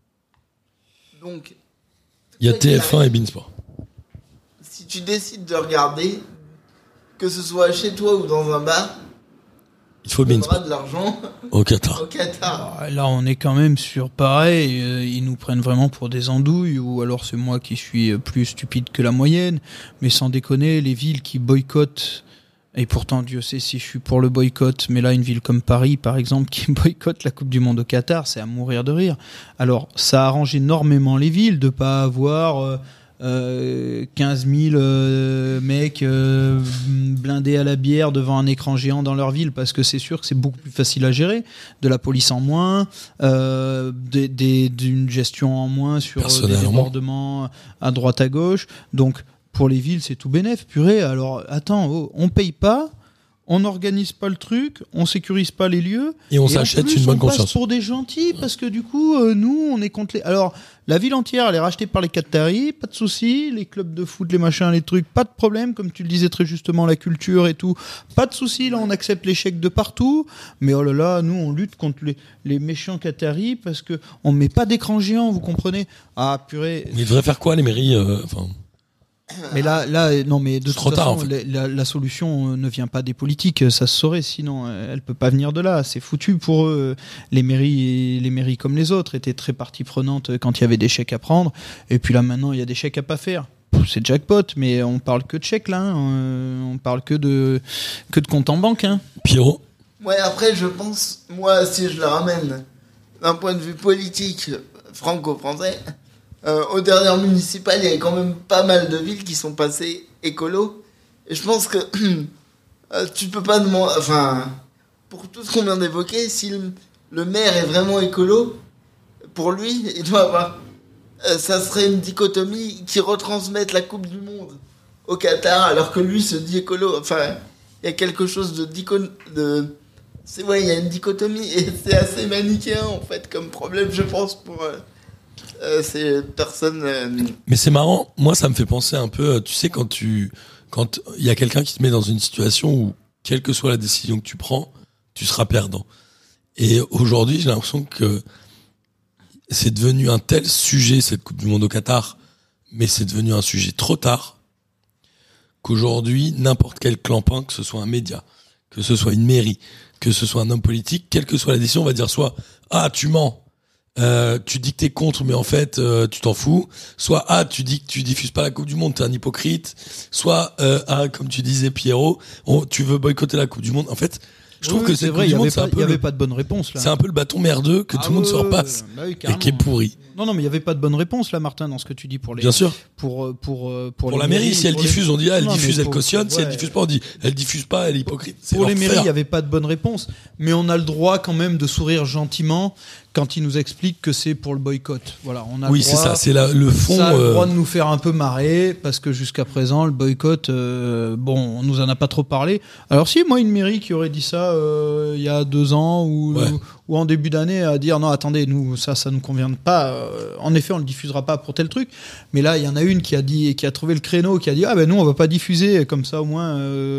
Donc. Il y a TF1 et beIN Sport. Si tu décides de regarder, que ce soit chez toi ou dans un bar, il faut beIN Sport. De l'argent au Qatar. Là, on est quand même sur pareil. Ils nous prennent vraiment pour des andouilles, ou alors c'est moi qui suis plus stupide que la moyenne. Mais sans déconner, les villes qui boycottent. Et pourtant, Dieu sait si je suis pour le boycott, mais là, une ville comme Paris, par exemple, qui boycotte la Coupe du Monde au Qatar, c'est à mourir de rire. Alors, ça arrange énormément les villes de pas avoir 15 000 mecs blindés à la bière devant un écran géant dans leur ville, parce que c'est sûr que c'est beaucoup plus facile à gérer, de la police en moins, d'une gestion en moins sur des débordements à droite à gauche. Donc, pour les villes, c'est tout bénef, purée. Alors, attends, on paye pas, on n'organise pas le truc, on sécurise pas les lieux. Et on s'achète une bonne conscience. On passe pour des gentils, parce que du coup, nous, on est contre les... Alors, la ville entière, elle est rachetée par les Qataris, pas de souci. Les clubs de foot, les machins, les trucs, pas de problème. Comme tu le disais très justement, la culture et tout, pas de souci. Là, on accepte les chèques de partout. Mais oh là là, nous, on lutte contre les méchants Qataris parce que on met pas d'écran géant, vous comprenez? Ah, purée. Mais ils devraient faire quoi, les mairies Mais là, non, mais de toute façon, tard, en fait. la solution ne vient pas des politiques, ça se saurait, sinon elle peut pas venir de là. C'est foutu pour eux. Les mairies comme les autres étaient très partie prenante quand il y avait des chèques à prendre, et puis là maintenant il y a des chèques à pas faire. C'est jackpot, mais on parle que de chèques là, hein. On parle que de compte en banque. Hein. Pierrot. Ouais, après je pense, moi si je le ramène d'un point de vue politique franco-français. Aux dernières municipales, il y avait quand même pas mal de villes qui sont passées écolo. Et je pense que tu peux pas demander... Enfin, pour tout ce qu'on vient d'évoquer, si le maire est vraiment écolo, pour lui, il doit avoir... ça serait une dichotomie qui retransmette la Coupe du Monde au Qatar, alors que lui se dit écolo. Enfin, il y a quelque chose il y a une dichotomie et c'est assez manichéen en fait comme problème, je pense, pour ces personnes. Mais c'est marrant, moi ça me fait penser un peu, tu sais, quand il y a quelqu'un qui te met dans une situation où, quelle que soit la décision que tu prends, tu seras perdant. Et aujourd'hui, j'ai l'impression que c'est devenu un tel sujet, cette Coupe du Monde au Qatar, mais c'est devenu un sujet trop tard, qu'aujourd'hui, n'importe quel clampin, que ce soit un média, que ce soit une mairie, que ce soit un homme politique, quelle que soit la décision, on va dire soit « Ah, tu mens », tu dis que t'es contre, mais en fait, tu t'en fous. Soit, tu dis que tu diffuses pas la Coupe du Monde, t'es un hypocrite. Soit, comme tu disais, Pierrot, tu veux boycotter la Coupe du Monde. En fait, je trouve que c'est cette vrai, Coupe du Monde, il y avait pas de bonne réponse là. c'est un peu le bâton merdeux que tout le monde se repasse. Bah oui, et qui est pourri. Non, mais il y avait pas de bonne réponse là, Martin, dans ce que tu dis pour les. Bien sûr. Pour la les mairie, si elle diffuse, on dit elle Non, diffuse, mais elle cautionne. Si elle diffuse pas, on dit elle diffuse pas, elle est hypocrite. C'est pour les l'enfer. mairies, il y avait pas de bonne réponse, mais on a le droit quand même de sourire gentiment quand ils nous expliquent que c'est pour le boycott. Voilà, on a Oui, le droit, c'est ça, c'est le fond. ça a le droit de nous faire un peu marrer parce que jusqu'à présent, le boycott, on nous en a pas trop parlé. Alors si, moi, une mairie qui aurait dit ça il y a 2 ans ou en début d'année à dire non, attendez, nous ça nous convient pas. En effet, on le diffusera pas pour tel truc. Mais là, il y en a une qui a trouvé le créneau, qui a dit nous on va pas diffuser comme ça au moins.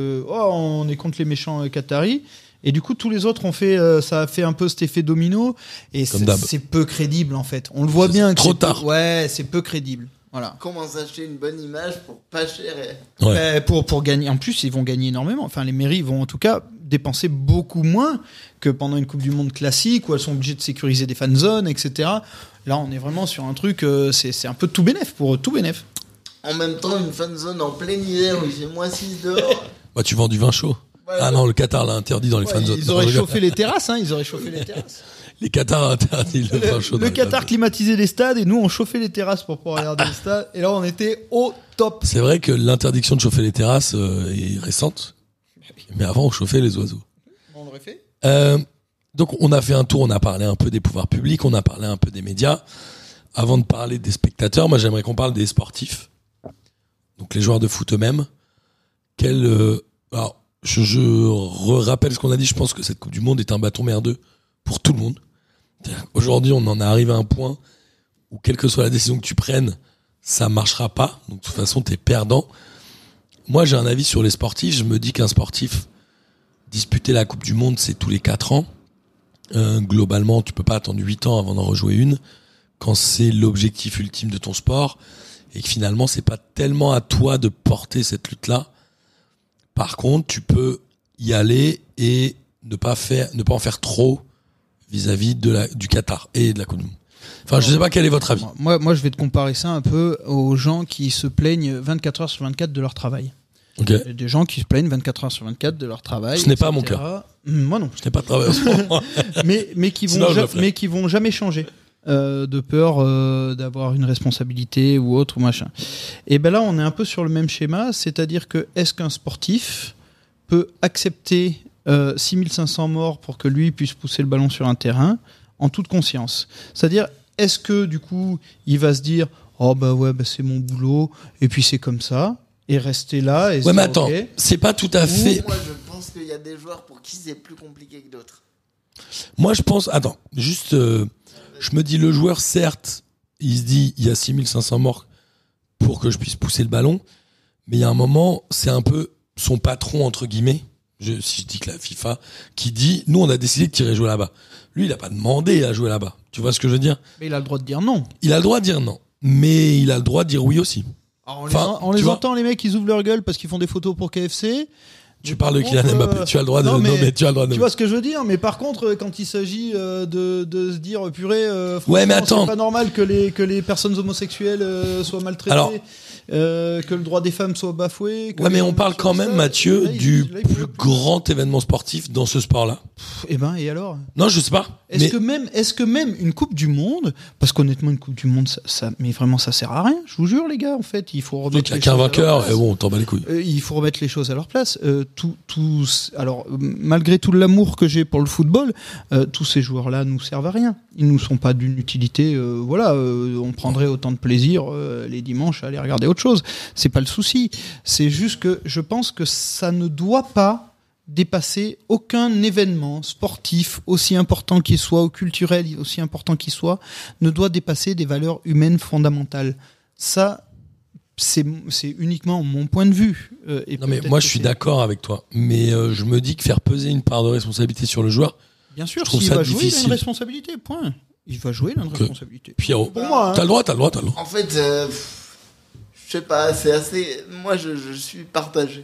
On est contre les méchants qataris. Et du coup, tous les autres ont fait, ça a fait un peu cet effet domino. Et c'est peu crédible en fait. On le voit bien. Trop tard. Ouais, c'est peu crédible. Voilà. Comment s'acheter une bonne image pour pas cher pour gagner. En plus, ils vont gagner énormément. Enfin, les mairies vont en tout cas dépenser beaucoup moins que pendant une Coupe du Monde classique où elles sont obligées de sécuriser des fan zones, etc. Là, on est vraiment sur un truc, c'est un peu tout bénef pour eux, tout bénef. En même temps, une fan zone en plein hiver où il fait -6 dehors. Tu vends du vin chaud. Ah non, le Qatar l'a interdit dans les fan zones. Ils auraient chauffé les terrasses, ils auraient chauffé les terrasses. Les Qatars interdit le vin chaud. Le Qatar climatisait les stades et nous on chauffait les terrasses pour pouvoir regarder les stades. Et là on était au top. C'est vrai que l'interdiction de chauffer les terrasses est récente. Mais avant on chauffait les oiseaux. On l'aurait fait. Donc on a fait un tour, on a parlé un peu des pouvoirs publics, on a parlé un peu des médias. Avant de parler des spectateurs, moi j'aimerais qu'on parle des sportifs. Donc les joueurs de foot eux-mêmes. Alors je rappelle ce qu'on a dit, je pense que cette Coupe du Monde est un bâton merdeux pour tout le monde. Aujourd'hui, on en est arrivé à un point où quelle que soit la décision que tu prennes, ça marchera pas. Donc de toute façon, t'es perdant. Moi, j'ai un avis sur les sportifs. Je me dis qu'un sportif, disputer la Coupe du Monde, c'est tous les 4 ans. Globalement, tu peux pas attendre 8 ans avant d'en rejouer une. Quand c'est l'objectif ultime de ton sport et que finalement, c'est pas tellement à toi de porter cette lutte-là. Par contre, tu peux y aller et ne pas en faire trop vis-à-vis du Qatar et de la Coupe du Monde. Enfin, je sais pas quel est votre avis. Moi, je vais te comparer ça un peu aux gens qui se plaignent 24 heures sur 24 de leur travail. Okay. Des gens qui se plaignent 24 heures sur 24 de leur travail. Ce n'est pas mon cas. Moi non. Je n'ai pas de travail en ce moment. mais qui vont jamais changer. De peur d'avoir une responsabilité ou autre ou machin. Et ben là, on est un peu sur le même schéma, c'est-à-dire que est-ce qu'un sportif peut accepter 6500 morts pour que lui puisse pousser le ballon sur un terrain en toute conscience? C'est-à-dire, est-ce que du coup, il va se dire c'est mon boulot et puis c'est comme ça et rester là et mais attends, c'est pas tout à fait. Moi, je pense qu'il y a des joueurs pour qui c'est plus compliqué que d'autres. Moi, je pense. Attends, juste. Je me dis, le joueur, certes, il se dit, il y a 6500 morts pour que je puisse pousser le ballon, mais il y a un moment, c'est un peu son patron, entre guillemets, si je dis que la FIFA, qui dit, nous, on a décidé de tirer jouer là-bas. Lui, il a pas demandé à jouer là-bas. Tu vois ce que je veux dire? Mais il a le droit de dire non. Il a le droit de dire non, mais il a le droit de dire oui aussi. Alors, on les entend, les mecs, ils ouvrent leur gueule parce qu'ils font des photos pour KFC. Tu parles de Kylian Mbappé, tu as le droit de nommer, tu as le droit de nommer. Tu vois ce que je veux dire, mais par contre, quand il s'agit de se dire purée, mais attends, c'est pas normal que les personnes homosexuelles soient maltraitées, alors, que le droit des femmes soit bafoué. Mais on parle quand même, Mathieu, du plus grand événement sportif dans ce sport-là. Et alors? Non, je sais pas. Est-ce que même une Coupe du Monde, parce qu'honnêtement une Coupe du Monde, mais vraiment ça sert à rien. Je vous jure les gars, en fait, il faut remettre. Il n'y a qu'un vainqueur et bon, on t'en bat les couilles. Il faut remettre les choses à leur place. Alors malgré tout l'amour que j'ai pour le football, tous ces joueurs-là nous servent à rien. Ils nous sont pas d'une utilité. On prendrait autant de plaisir les dimanches à aller regarder autre chose. C'est pas le souci. C'est juste que je pense que ça ne doit pas dépasser aucun événement sportif, aussi important qu'il soit, ou culturel, aussi important qu'il soit, ne doit dépasser des valeurs humaines fondamentales. Ça, c'est uniquement mon point de vue. Non, mais moi, je suis d'accord avec toi. Mais je me dis que faire peser une part de responsabilité sur le joueur, bien sûr, je trouve s'il ça va jouer, il a difficile. une responsabilité, point. Il va jouer, il a une responsabilité. Pierrot, Pour moi, hein. t'as le droit. En fait, je sais pas, c'est assez. Moi, je suis partagé.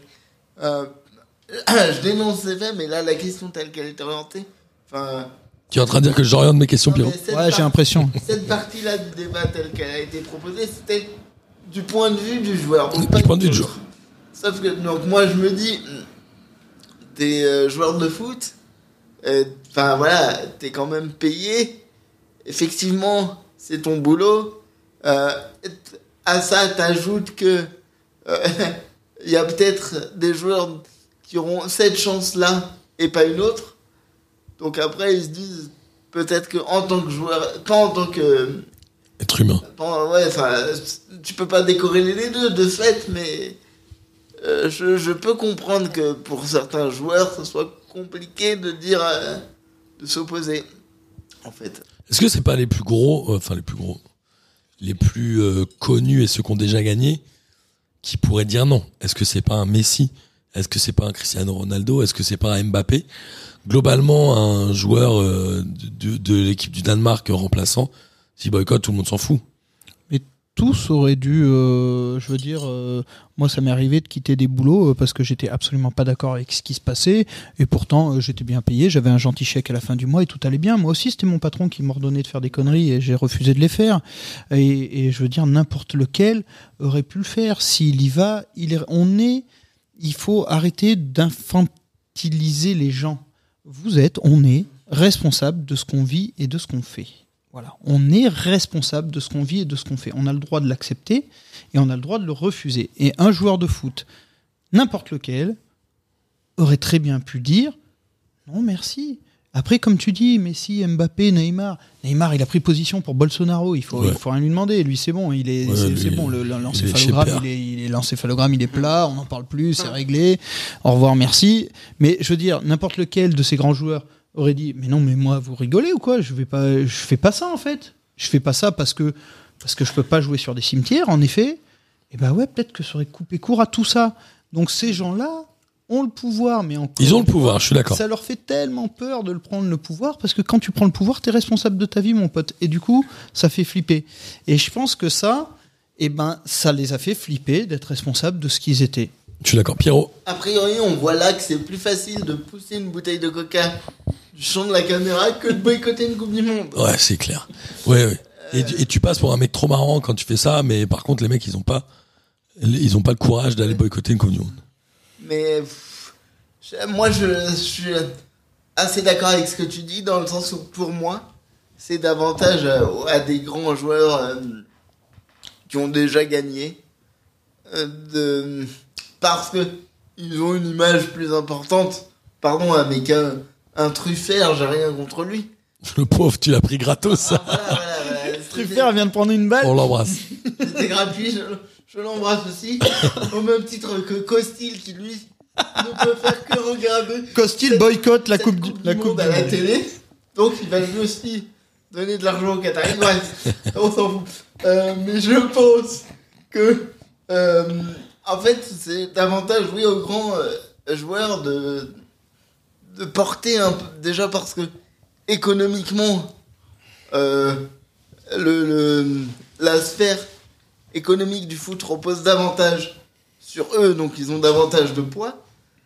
Je dénonce ces faits, mais là, la question telle qu'elle est orientée. Enfin. Tu es en train de dire que j'oriente mes questions, non, mais Pierrot. Ouais, j'ai l'impression. Cette partie-là du débat telle qu'elle a été proposée, c'était du point de vue du joueur. Donc pas Du point de vue du l'autre. joueur. Sauf que, donc moi, je me dis, t'es joueur de foot, enfin voilà, t'es quand même payé. Effectivement, c'est ton boulot. À ça, t'ajoutes que il y a peut-être des joueurs qui auront cette chance-là et pas une autre. Donc après, ils se disent peut-être que en tant que joueur, pas en tant que Être humain. ouais, enfin, tu peux pas décorréler les deux de fait, mais je peux comprendre que pour certains joueurs, ce soit compliqué de dire de s'opposer. En fait. Est-ce que c'est pas les plus gros, les plus connus et ceux qui ont déjà gagné, qui pourraient dire non? Est-ce que c'est pas un Messi? Est-ce que c'est pas un Cristiano Ronaldo? Est-ce que c'est pas un Mbappé? Globalement, un joueur de l'équipe du Danemark remplaçant, s'il boycotte, tout le monde s'en fout. Mais tous auraient dû, moi ça m'est arrivé de quitter des boulots parce que j'étais absolument pas d'accord avec ce qui se passait, et pourtant j'étais bien payé, j'avais un gentil chèque à la fin du mois et tout allait bien. Moi aussi, c'était mon patron qui m'ordonnait de faire des conneries et j'ai refusé de les faire. Et je veux dire, n'importe lequel aurait pu le faire. S'il y va, il faut arrêter d'infantiliser les gens. On est responsable de ce qu'on vit et de ce qu'on fait. Voilà, on est responsable de ce qu'on vit et de ce qu'on fait. On a le droit de l'accepter et on a le droit de le refuser. Et un joueur de foot, n'importe lequel, aurait très bien pu dire non merci. Après, comme tu dis, Messi, Mbappé, Neymar, il a pris position pour Bolsonaro. Il faut rien lui demander. Lui, c'est bon. C'est bon. L'encéphalogramme, il est plat. On n'en parle plus. C'est réglé. Au revoir, merci. Mais je veux dire, n'importe lequel de ces grands joueurs aurait dit mais non, mais moi, vous rigolez ou quoi? Je fais pas ça en fait. Je fais pas ça parce que je peux pas jouer sur des cimetières, en effet. Et ben ouais, peut-être que ça aurait coupé court à tout ça. Donc ces gens-là ont le pouvoir, mais encore. Ils ont le pouvoir, je suis d'accord. Ça leur fait tellement peur de le prendre, le pouvoir, parce que quand tu prends le pouvoir, t'es responsable de ta vie, mon pote. Et du coup, ça fait flipper. Et je pense que ça les a fait flipper d'être responsables de ce qu'ils étaient. Je suis d'accord. Pierrot? A priori, on voit là que c'est plus facile de pousser une bouteille de coca du champ de la caméra que de boycotter une Coupe du Monde. Ouais, c'est clair. Ouais. Et tu passes pour un mec trop marrant quand tu fais ça, mais par contre, les mecs, ils ont pas le courage d'aller boycotter une Coupe du Monde. Mais moi, je suis assez d'accord avec ce que tu dis, dans le sens où, pour moi, c'est davantage à des grands joueurs qui ont déjà gagné, parce que ils ont une image plus importante. Pardon, mais qu'un Truffert, j'ai rien contre lui. Le pauvre, tu l'as pris gratos, ça. Voilà. Truffert vient de prendre une balle. On l'embrasse. C'était gratuit, je l'embrasse aussi. Au même titre que Costil, qui lui ne peut faire que regarder. Costil boycotte la coupe du Monde à la télé. Donc il va lui aussi donner de l'argent aux Qataris. Bref, on s'en fout. Mais je pense que en fait c'est davantage aux grands joueurs de porter un peu, déjà parce que économiquement la sphère économique du foot repose davantage sur eux, donc ils ont davantage de poids.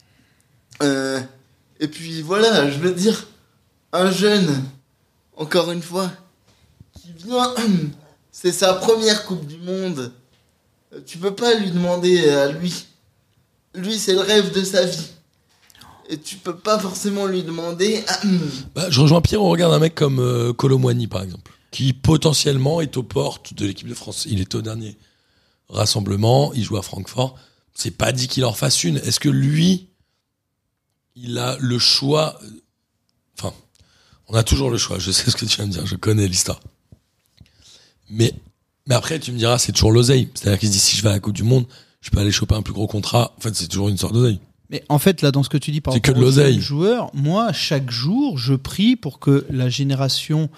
Et puis voilà, je veux dire, un jeune, encore une fois, qui vient, c'est sa première Coupe du Monde, tu peux pas lui demander à lui. Lui, c'est le rêve de sa vie. Et tu peux pas forcément lui demander... Je rejoins Pierre, on regarde un mec comme Kolo Muani, par exemple, qui potentiellement est aux portes de l'équipe de France. Il est au dernier rassemblement, il joue à Francfort. C'est pas dit qu'il en fasse une. Est-ce que lui, il a le choix? Enfin, on a toujours le choix. Je sais ce que tu vas me dire. Je connais l'histoire. Mais après, tu me diras, c'est toujours l'oseille. C'est-à-dire qu'il se dit, si je vais à la Coupe du Monde, je peux aller choper un plus gros contrat. En fait, c'est toujours une sorte d'oseille. Mais en fait, là, dans ce que tu dis par C'est rapport que de l'oseille. aux joueurs, moi, chaque jour, je prie pour que la génération,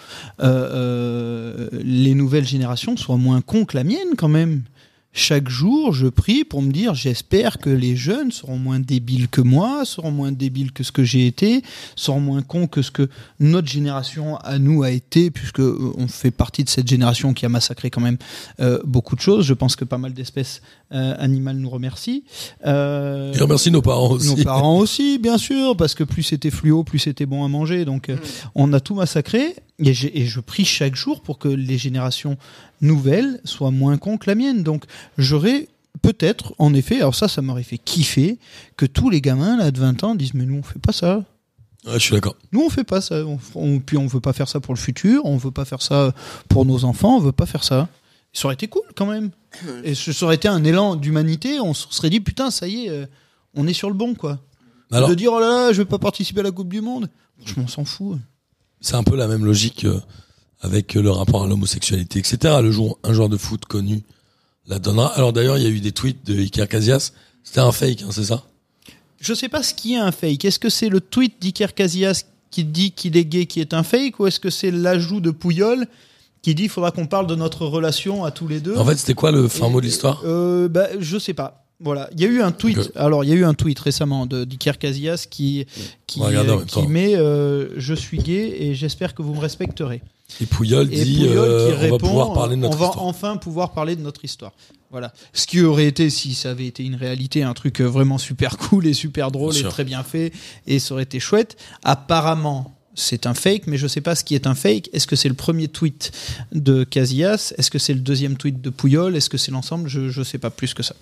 les nouvelles générations soient moins cons que la mienne, quand même. Chaque jour, je prie pour me dire, j'espère que les jeunes seront moins débiles que moi, seront moins débiles que ce que j'ai été, seront moins cons que ce que notre génération à nous a été, puisque on fait partie de cette génération qui a massacré quand même beaucoup de choses. Je pense que pas mal d'espèces animales nous remercient. Et remercie nos parents aussi. Nos parents aussi, bien sûr, parce que plus c'était fluo, plus c'était bon à manger. Donc, on a tout massacré. Et je prie chaque jour pour que les générations nouvelles soient moins cons que la mienne. Donc, j'aurais peut-être, en effet, alors ça m'aurait fait kiffer, que tous les gamins là, de 20 ans disent « Mais nous, on fait pas ça. Ouais, je suis d'accord. Nous, on fait pas ça. Puis, on veut pas faire ça pour le futur. On veut pas faire ça pour nos enfants. On veut pas faire ça. » Ça aurait été cool, quand même. Et ça aurait été un élan d'humanité. On se serait dit « Putain, ça y est, on est sur le bon, quoi. » Alors, de dire « Oh là là, je vais pas participer à la Coupe du Monde. » Franchement, on s'en fout. c'est un peu la même logique avec le rapport à l'homosexualité, etc. Le jour un joueur de foot connu la donnera. Alors d'ailleurs, il y a eu des tweets de Iker Casillas. C'était un fake, hein, c'est ça? Je sais pas ce qui est un fake. Est-ce que c'est le tweet d'Iker Casillas qui dit qu'il est gay qui est un fake, ou est-ce que c'est l'ajout de Puyol qui dit qu'il faudra qu'on parle de notre relation à tous les deux? En fait, c'était quoi le fin mot de l'histoire? Je sais pas. Voilà, il y a eu un tweet. Okay. Alors, il y a eu un tweet récemment d'Iker Casillas qui met je suis gay et j'espère que vous me respecterez. Et Puyol dit on va pouvoir parler de notre histoire. On va enfin pouvoir parler de notre histoire. Voilà. Ce qui aurait été, si ça avait été une réalité, un truc vraiment super cool et super drôle et très bien fait, et ça aurait été chouette. Apparemment, c'est un fake, mais je sais pas ce qui est un fake. Est-ce que c'est le premier tweet de Casillas? Est-ce que c'est le deuxième tweet de Puyol? Est-ce que c'est l'ensemble? Je sais pas plus que ça.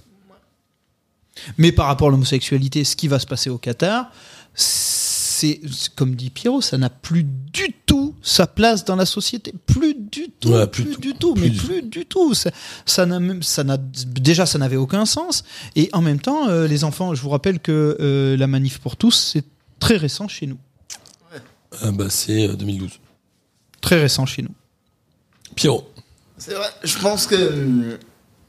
Mais par rapport à l'homosexualité, ce qui va se passer au Qatar, c'est comme dit Pierrot, ça n'a plus du tout sa place dans la société. Plus du tout. Ouais, plus du tout. Ça n'avait aucun sens. Et en même temps, les enfants, je vous rappelle que la manif pour tous, c'est très récent chez nous. C'est 2012. Très récent chez nous. Pierrot. C'est vrai, je pense que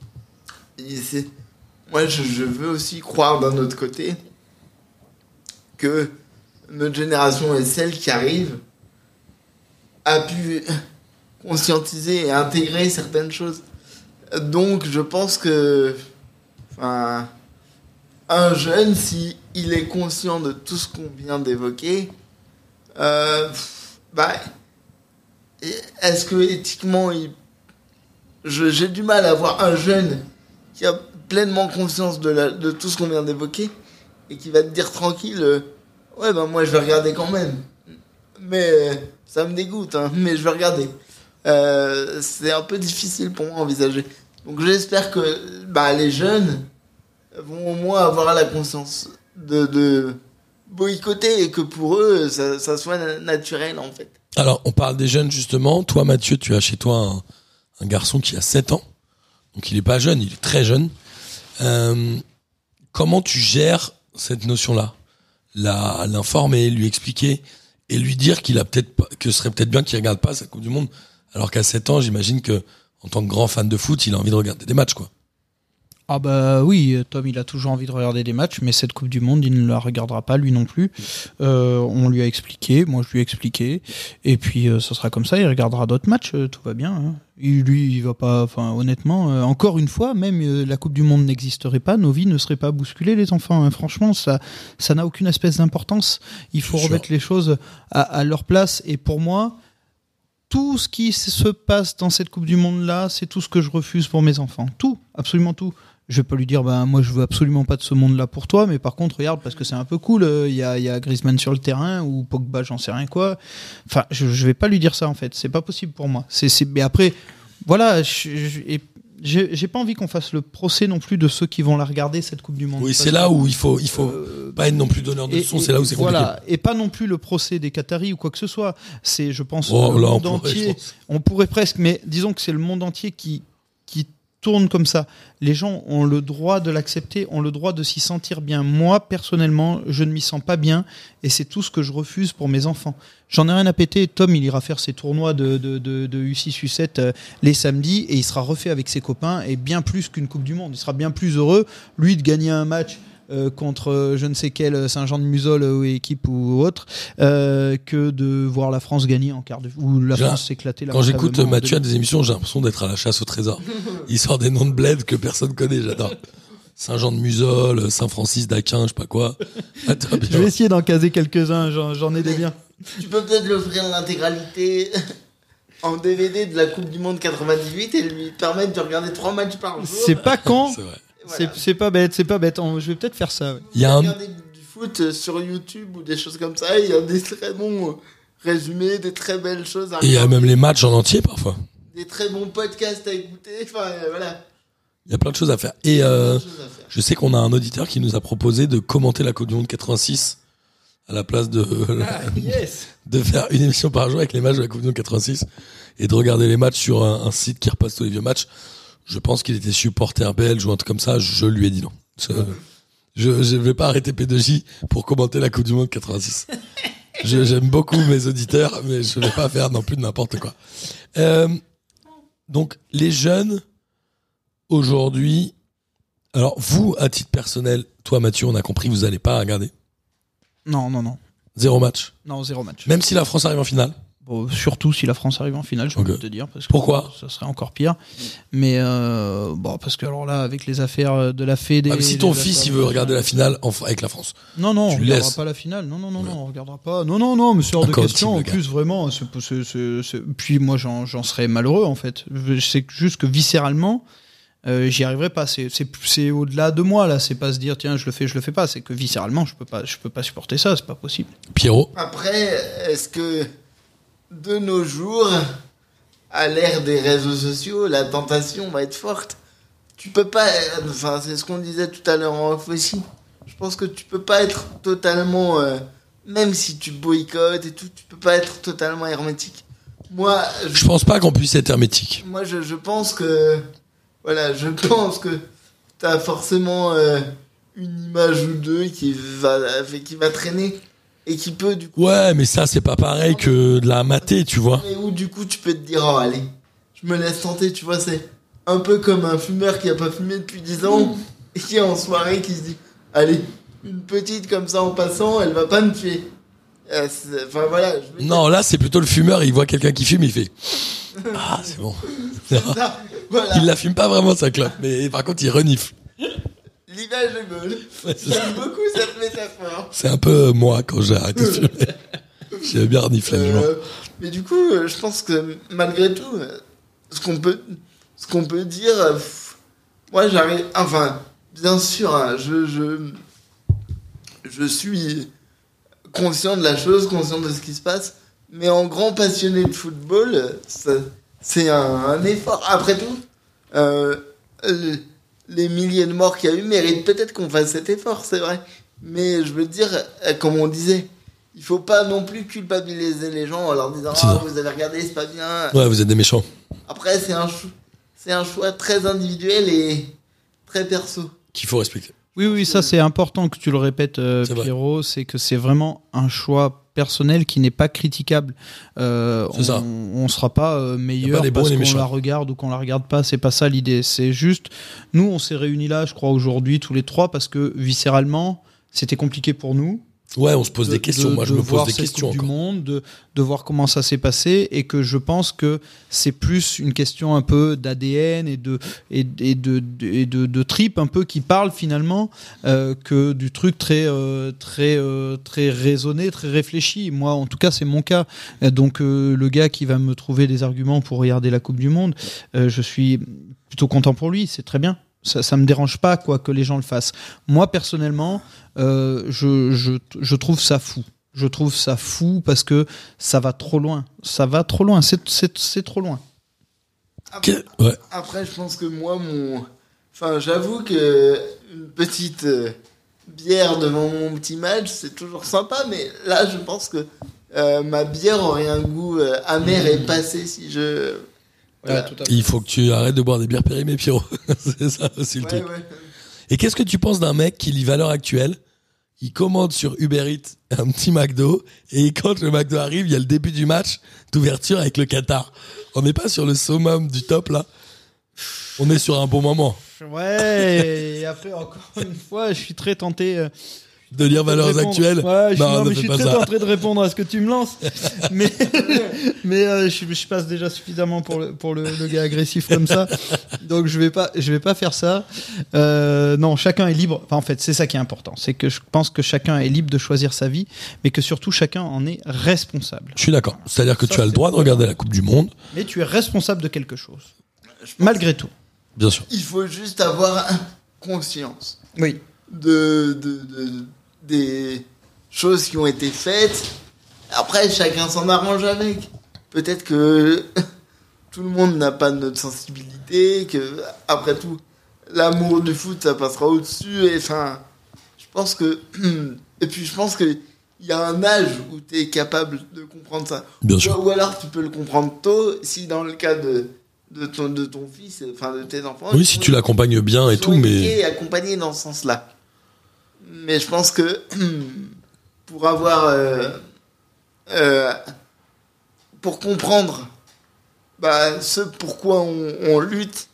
moi, je veux aussi croire d'un autre côté que notre génération et celle qui arrive a pu conscientiser et intégrer certaines choses. Donc, je pense que un jeune, si il est conscient de tout ce qu'on vient d'évoquer, est-ce que éthiquement, j'ai du mal à voir un jeune qui a pleinement conscience de tout ce qu'on vient d'évoquer et qui va te dire tranquille moi je vais regarder quand même, mais ça me dégoûte, hein, mais je vais regarder. C'est un peu difficile pour moi à envisager, donc j'espère que les jeunes vont au moins avoir la conscience de boycotter et que pour eux ça soit naturel en fait. Alors on parle des jeunes justement. Toi Mathieu, tu as chez toi un garçon qui a 7 ans, donc il est pas jeune, il est très jeune. Comment tu gères cette notion-là? L'informer, lui expliquer et lui dire que ce serait peut-être bien qu'il regarde pas cette Coupe du Monde, alors qu'à 7 ans, j'imagine que en tant que grand fan de foot, il a envie de regarder des matchs, quoi. Ah bah oui, Tom, il a toujours envie de regarder des matchs, mais cette Coupe du Monde, il ne la regardera pas, lui non plus. On lui a expliqué, moi je lui ai expliqué, et puis ça sera comme ça, il regardera d'autres matchs, tout va bien. Hein. Il va pas, honnêtement, encore une fois, même la Coupe du Monde n'existerait pas, nos vies ne seraient pas bousculées, les enfants. Hein. Franchement, ça n'a aucune espèce d'importance. Il faut remettre les choses à leur place, et pour moi, tout ce qui se passe dans cette Coupe du Monde-là, c'est tout ce que je refuse pour mes enfants. Tout, absolument tout. Je vais pas lui dire, moi je veux absolument pas de ce monde-là pour toi, mais par contre, regarde, parce que c'est un peu cool, il y a Griezmann sur le terrain, ou Pogba, j'en sais rien quoi. Enfin, je vais pas lui dire ça, en fait. C'est pas possible pour moi. Mais après, voilà, j'ai pas envie qu'on fasse le procès non plus de ceux qui vont la regarder, cette Coupe du Monde. Oui, c'est là où il faut pas être non plus donneur de leçons, c'est là où c'est compliqué. Voilà, et pas non plus le procès des Qataris ou quoi que ce soit. C'est, je pense, le monde entier. On pourrait presque, mais disons que c'est le monde entier qui tourne comme ça. Les gens ont le droit de l'accepter, ont le droit de s'y sentir bien. Moi, personnellement, je ne m'y sens pas bien, et c'est tout ce que je refuse pour mes enfants. J'en ai rien à péter. Tom, il ira faire ses tournois de U6, U7 les samedis, et il sera refait avec ses copains, et bien plus qu'une Coupe du Monde. Il sera bien plus heureux, lui, de gagner un match contre je ne sais quel Saint-Jean-de-Musol ou équipe ou autre que de voir la France gagner en quart de ou la France s'éclater. Quand j'écoute Mathieu à des émissions, j'ai l'impression d'être à la chasse au trésor. Il sort des noms de bled que personne connaît, j'adore. Saint-Jean-de-Musol, Saint-Francis d'Aquin, je sais pas quoi. Attends, je vais essayer d'en caser quelques-uns, j'en ai des biens. Tu peux peut-être lui offrir l'intégralité en DVD de la Coupe du Monde 98 et lui permettre de regarder 3 matchs par jour. C'est pas con. C'est vrai. Voilà. C'est pas bête. Je vais peut-être faire ça. Ouais. Il y a Regarder du foot sur YouTube ou des choses comme ça, il y a des très bons résumés, des très belles choses à Et il y a regarder, même les matchs en entier parfois. des très bons podcasts à écouter. Enfin, voilà. Il y a plein de choses à faire. Et Plein de choses à faire. je sais qu'on a un auditeur qui nous a proposé de commenter la Coupe du Monde 86 à la place Yes. de faire une émission par jour avec les matchs de la Coupe du Monde 86 et de regarder les matchs sur un site qui repasse tous les vieux matchs. Je pense qu'il était supporter belge ou un truc comme ça. Je lui ai dit non. Je vais pas arrêter P2J pour commenter la Coupe du Monde 86. J'aime beaucoup mes auditeurs, mais je vais pas faire non plus de n'importe quoi. Donc, les jeunes, aujourd'hui, alors vous, à titre personnel, toi Mathieu, on a compris, vous allez pas regarder. Non. 0 match. Non, 0 match. Même si la France arrive en finale. Bon, surtout si la France arrive en finale, je peux te dire. Parce que Pourquoi ? ça serait encore pire. Mais parce que alors là, avec les affaires de la Fédé... Ah, si ton fils, il veut regarder la finale avec la France. Non, on tu regardera laisses. pas la finale. Non, on regardera pas. Non, mais c'est hors de Incorruptible, question. En le gars. plus, vraiment, puis moi, j'en serais malheureux, en fait. C'est juste que viscéralement, j'y arriverai pas. C'est au-delà de moi, là. C'est pas se dire, tiens, je le fais pas. C'est que viscéralement, je peux pas supporter ça. C'est pas possible. Pierrot ? Après, est-ce que de nos jours, à l'ère des réseaux sociaux, la tentation va être forte. Tu peux pas, enfin c'est ce qu'on disait tout à l'heure en off aussi. Je pense que tu peux pas être totalement, même si tu boycottes et tout, tu peux pas être totalement hermétique. Moi, Je pense pas qu'on puisse être hermétique. moi je pense que, voilà, je pense que t'as forcément une image ou deux qui va traîner. Et qui peut du coup... Ouais, mais ça, c'est pas pareil que de la mater, tu vois. Et où du coup tu peux te dire, oh allez, je me laisse tenter, tu vois, c'est un peu comme un fumeur qui a pas fumé depuis 10 ans et qui est en soirée qui se dit, allez, une petite comme ça en passant, elle va pas me tuer. Enfin voilà. Je veux Non, là, c'est plutôt le fumeur, il voit quelqu'un qui fume, il fait ah, c'est bon. dire ça, voilà. Il la fume pas vraiment, sa clope, mais par contre, il renifle. L'image est bonne. Ouais, c'est J'aime beaucoup cette métaphore. C'est un peu moi quand j'ai arrêté de fumer. J'aime bien renifler les gens. Mais du coup, je pense que malgré tout, ce qu'on peut dire, moi j'arrive, enfin, bien sûr, hein, je suis conscient de la chose, conscient de ce qui se passe, mais en grand passionné de football, c'est un effort. Après tout, les milliers de morts qu'il y a eu méritent peut-être qu'on fasse cet effort, c'est vrai. Mais je veux dire, comme on disait, il faut pas non plus culpabiliser les gens en leur disant « Ah, vous avez regardé, c'est pas bien. » Ouais, vous êtes des méchants. Après, c'est un choix très individuel et très perso. Qu'il faut respecter. Oui, ça c'est important que tu le répètes, Pierrot, c'est que c'est vraiment un choix personnel qui n'est pas critiquable. On sera pas meilleur parce qu'on la regarde ou qu'on la regarde pas, c'est pas ça l'idée. C'est juste, nous on s'est réunis là, je crois aujourd'hui tous les trois parce que viscéralement c'était compliqué pour nous. Ouais, on se pose des questions. Moi, je me pose des questions encore. Du monde, de voir comment ça s'est passé, et que je pense que c'est plus une question un peu d'ADN et de tripes un peu qui parlent finalement que du truc très raisonné, très réfléchi. Moi, en tout cas, c'est mon cas. Donc, le gars qui va me trouver des arguments pour regarder la Coupe du Monde, je suis plutôt content pour lui. C'est très bien. Ça me dérange pas que les gens le fassent. Moi personnellement, je trouve ça fou. Je trouve ça fou parce que ça va trop loin. Ça va trop loin. C'est trop loin. Après, je pense que moi, j'avoue que une petite bière devant mon petit match, c'est toujours sympa. Mais là, je pense que ma bière aurait un goût amer et passé si je... Voilà. Ouais, il faut que tu arrêtes de boire des bières périmées, Pierrot. C'est ça aussi le truc. Ouais. Et qu'est-ce que tu penses d'un mec qui lit à l'heure actuelle, il commande sur Uber Eats un petit McDo, et quand le McDo arrive, il y a le début du match d'ouverture avec le Qatar. On n'est pas sur le summum du top là. On est sur un bon moment. Ouais, et après, encore une fois, je suis très tenté. De lire Valeurs répondre. Actuelles. Ouais, Non, ne je fais suis pas très ça. tenté de répondre à ce que tu me lances. Mais, je passe déjà suffisamment pour le gars agressif comme ça. Donc je vais pas faire ça. Non, chacun est libre. Enfin, en fait, c'est ça qui est important. C'est que je pense que chacun est libre de choisir sa vie, mais que surtout chacun en est responsable. Je suis d'accord. C'est-à-dire que Ça, tu as le c'est droit de regarder la Coupe du Monde, Mais tu es responsable de quelque chose. Malgré tout. bien sûr. Il faut juste avoir conscience Oui. des choses qui ont été faites. Après, chacun s'en arrange avec. Peut-être que tout le monde n'a pas notre sensibilité, que après tout, l'amour du foot, ça passera au-dessus. Et enfin, je pense que... Et puis, je pense qu'il y a un âge où tu es capable de comprendre ça. Bien sûr. Ou alors, tu peux le comprendre tôt, si dans le cas de ton fils, enfin de tes enfants... Oui, si tu l'accompagnes bien et ils sont tout, mais éduqués et accompagnés dans ce sens-là. Mais je pense que pour avoir... pour comprendre ce pourquoi on lutte,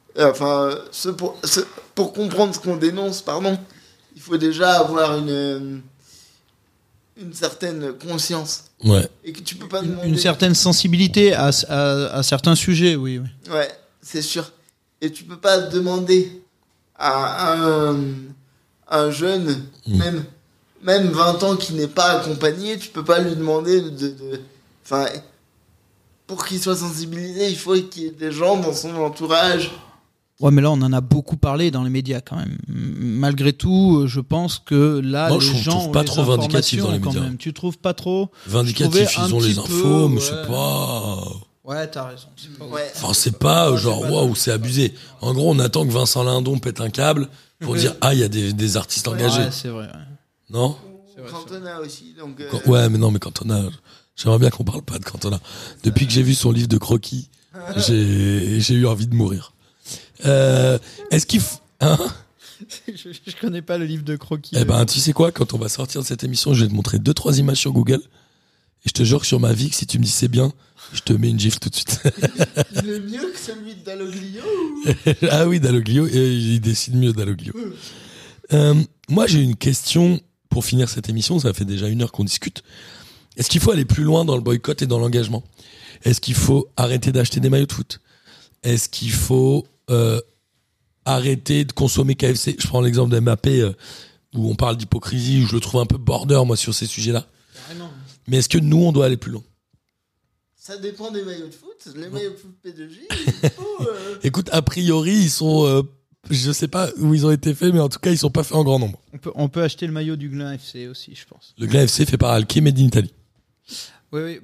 pour comprendre ce qu'on dénonce, pardon, il faut déjà avoir une certaine conscience. ouais. Et que tu peux pas demander... Une certaine sensibilité à certains sujets, oui. Ouais, c'est sûr. Et tu peux pas demander à un jeune, même 20 ans qui n'est pas accompagné, tu peux pas lui demander enfin, pour qu'il soit sensibilisé, il faut qu'il y ait des gens dans son entourage. Ouais, mais là, on en a beaucoup parlé dans les médias quand même. Malgré tout, je pense que là, Moi, les je gens trouve ont pas les trop vindicatif dans les informations, quand médias. même. Tu trouves pas trop? Vindicatif, Je trouvais ils ont un les petit infos, peu, mais c'est pas... Ouais, t'as raison. C'est pas... Ouais. Enfin, c'est pas Ouais, genre, c'est pas waouh, c'est abusé. En gros, on attend que Vincent Lindon pète un câble pour dire, ah, il y a des artistes engagés. Ouais, c'est vrai. Ouais. Non? C'est vrai, Cantona aussi, donc... Ouais, mais non, mais Cantona, j'aimerais bien qu'on parle pas de Cantona. Depuis que j'ai vu son livre de croquis, j'ai eu envie de mourir. Est-ce qu'il faut... Hein? je connais pas le livre de croquis. Eh ben, tu sais quoi, quand on va sortir de cette émission, je vais te montrer 2-3 images sur Google. Et je te jure que sur ma vie, que si tu me dis c'est bien, je te mets une gifle tout de suite. Il est mieux que celui de Dalloglio. Ah oui, Dalloglio, et il décide mieux Dalloglio. Moi, j'ai une question pour finir cette émission. Ça fait déjà 1 heure qu'on discute. Est-ce qu'il faut aller plus loin dans le boycott et dans l'engagement? Est-ce qu'il faut arrêter d'acheter des maillots de foot? Est-ce qu'il faut arrêter de consommer KFC? Je prends l'exemple d'Mbappé où on parle d'hypocrisie, où je le trouve un peu border, moi, sur ces sujets-là. Carrément. Mais est-ce que nous, on doit aller plus loin? Ça dépend des maillots de foot. Les maillots de foot P2J, il faut... Écoute, a priori, ils sont... je sais pas où ils ont été faits, mais en tout cas, ils sont pas faits en grand nombre. On peut acheter le maillot du Glin FC aussi, je pense. Le Glin FC fait par Alke, made in Italy. Oui.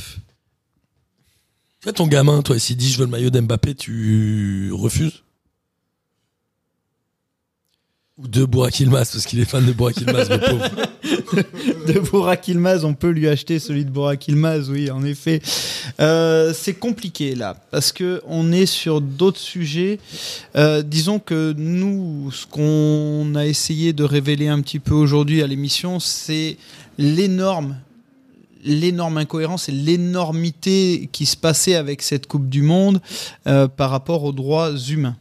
Tu vois, ton gamin, toi, s'il dit je veux le maillot d'Mbappé, tu refuses? Ou de Burak Yilmaz, parce qu'il est fan de Burak Yilmaz, le pauvre. De Burak Yilmaz, on peut lui acheter celui de Burak Yilmaz, oui, en effet. C'est compliqué là, parce que on est sur d'autres sujets. Disons que nous, ce qu'on a essayé de révéler un petit peu aujourd'hui à l'émission, c'est l'énorme incohérence et l'énormité qui se passait avec cette Coupe du Monde par rapport aux droits humains.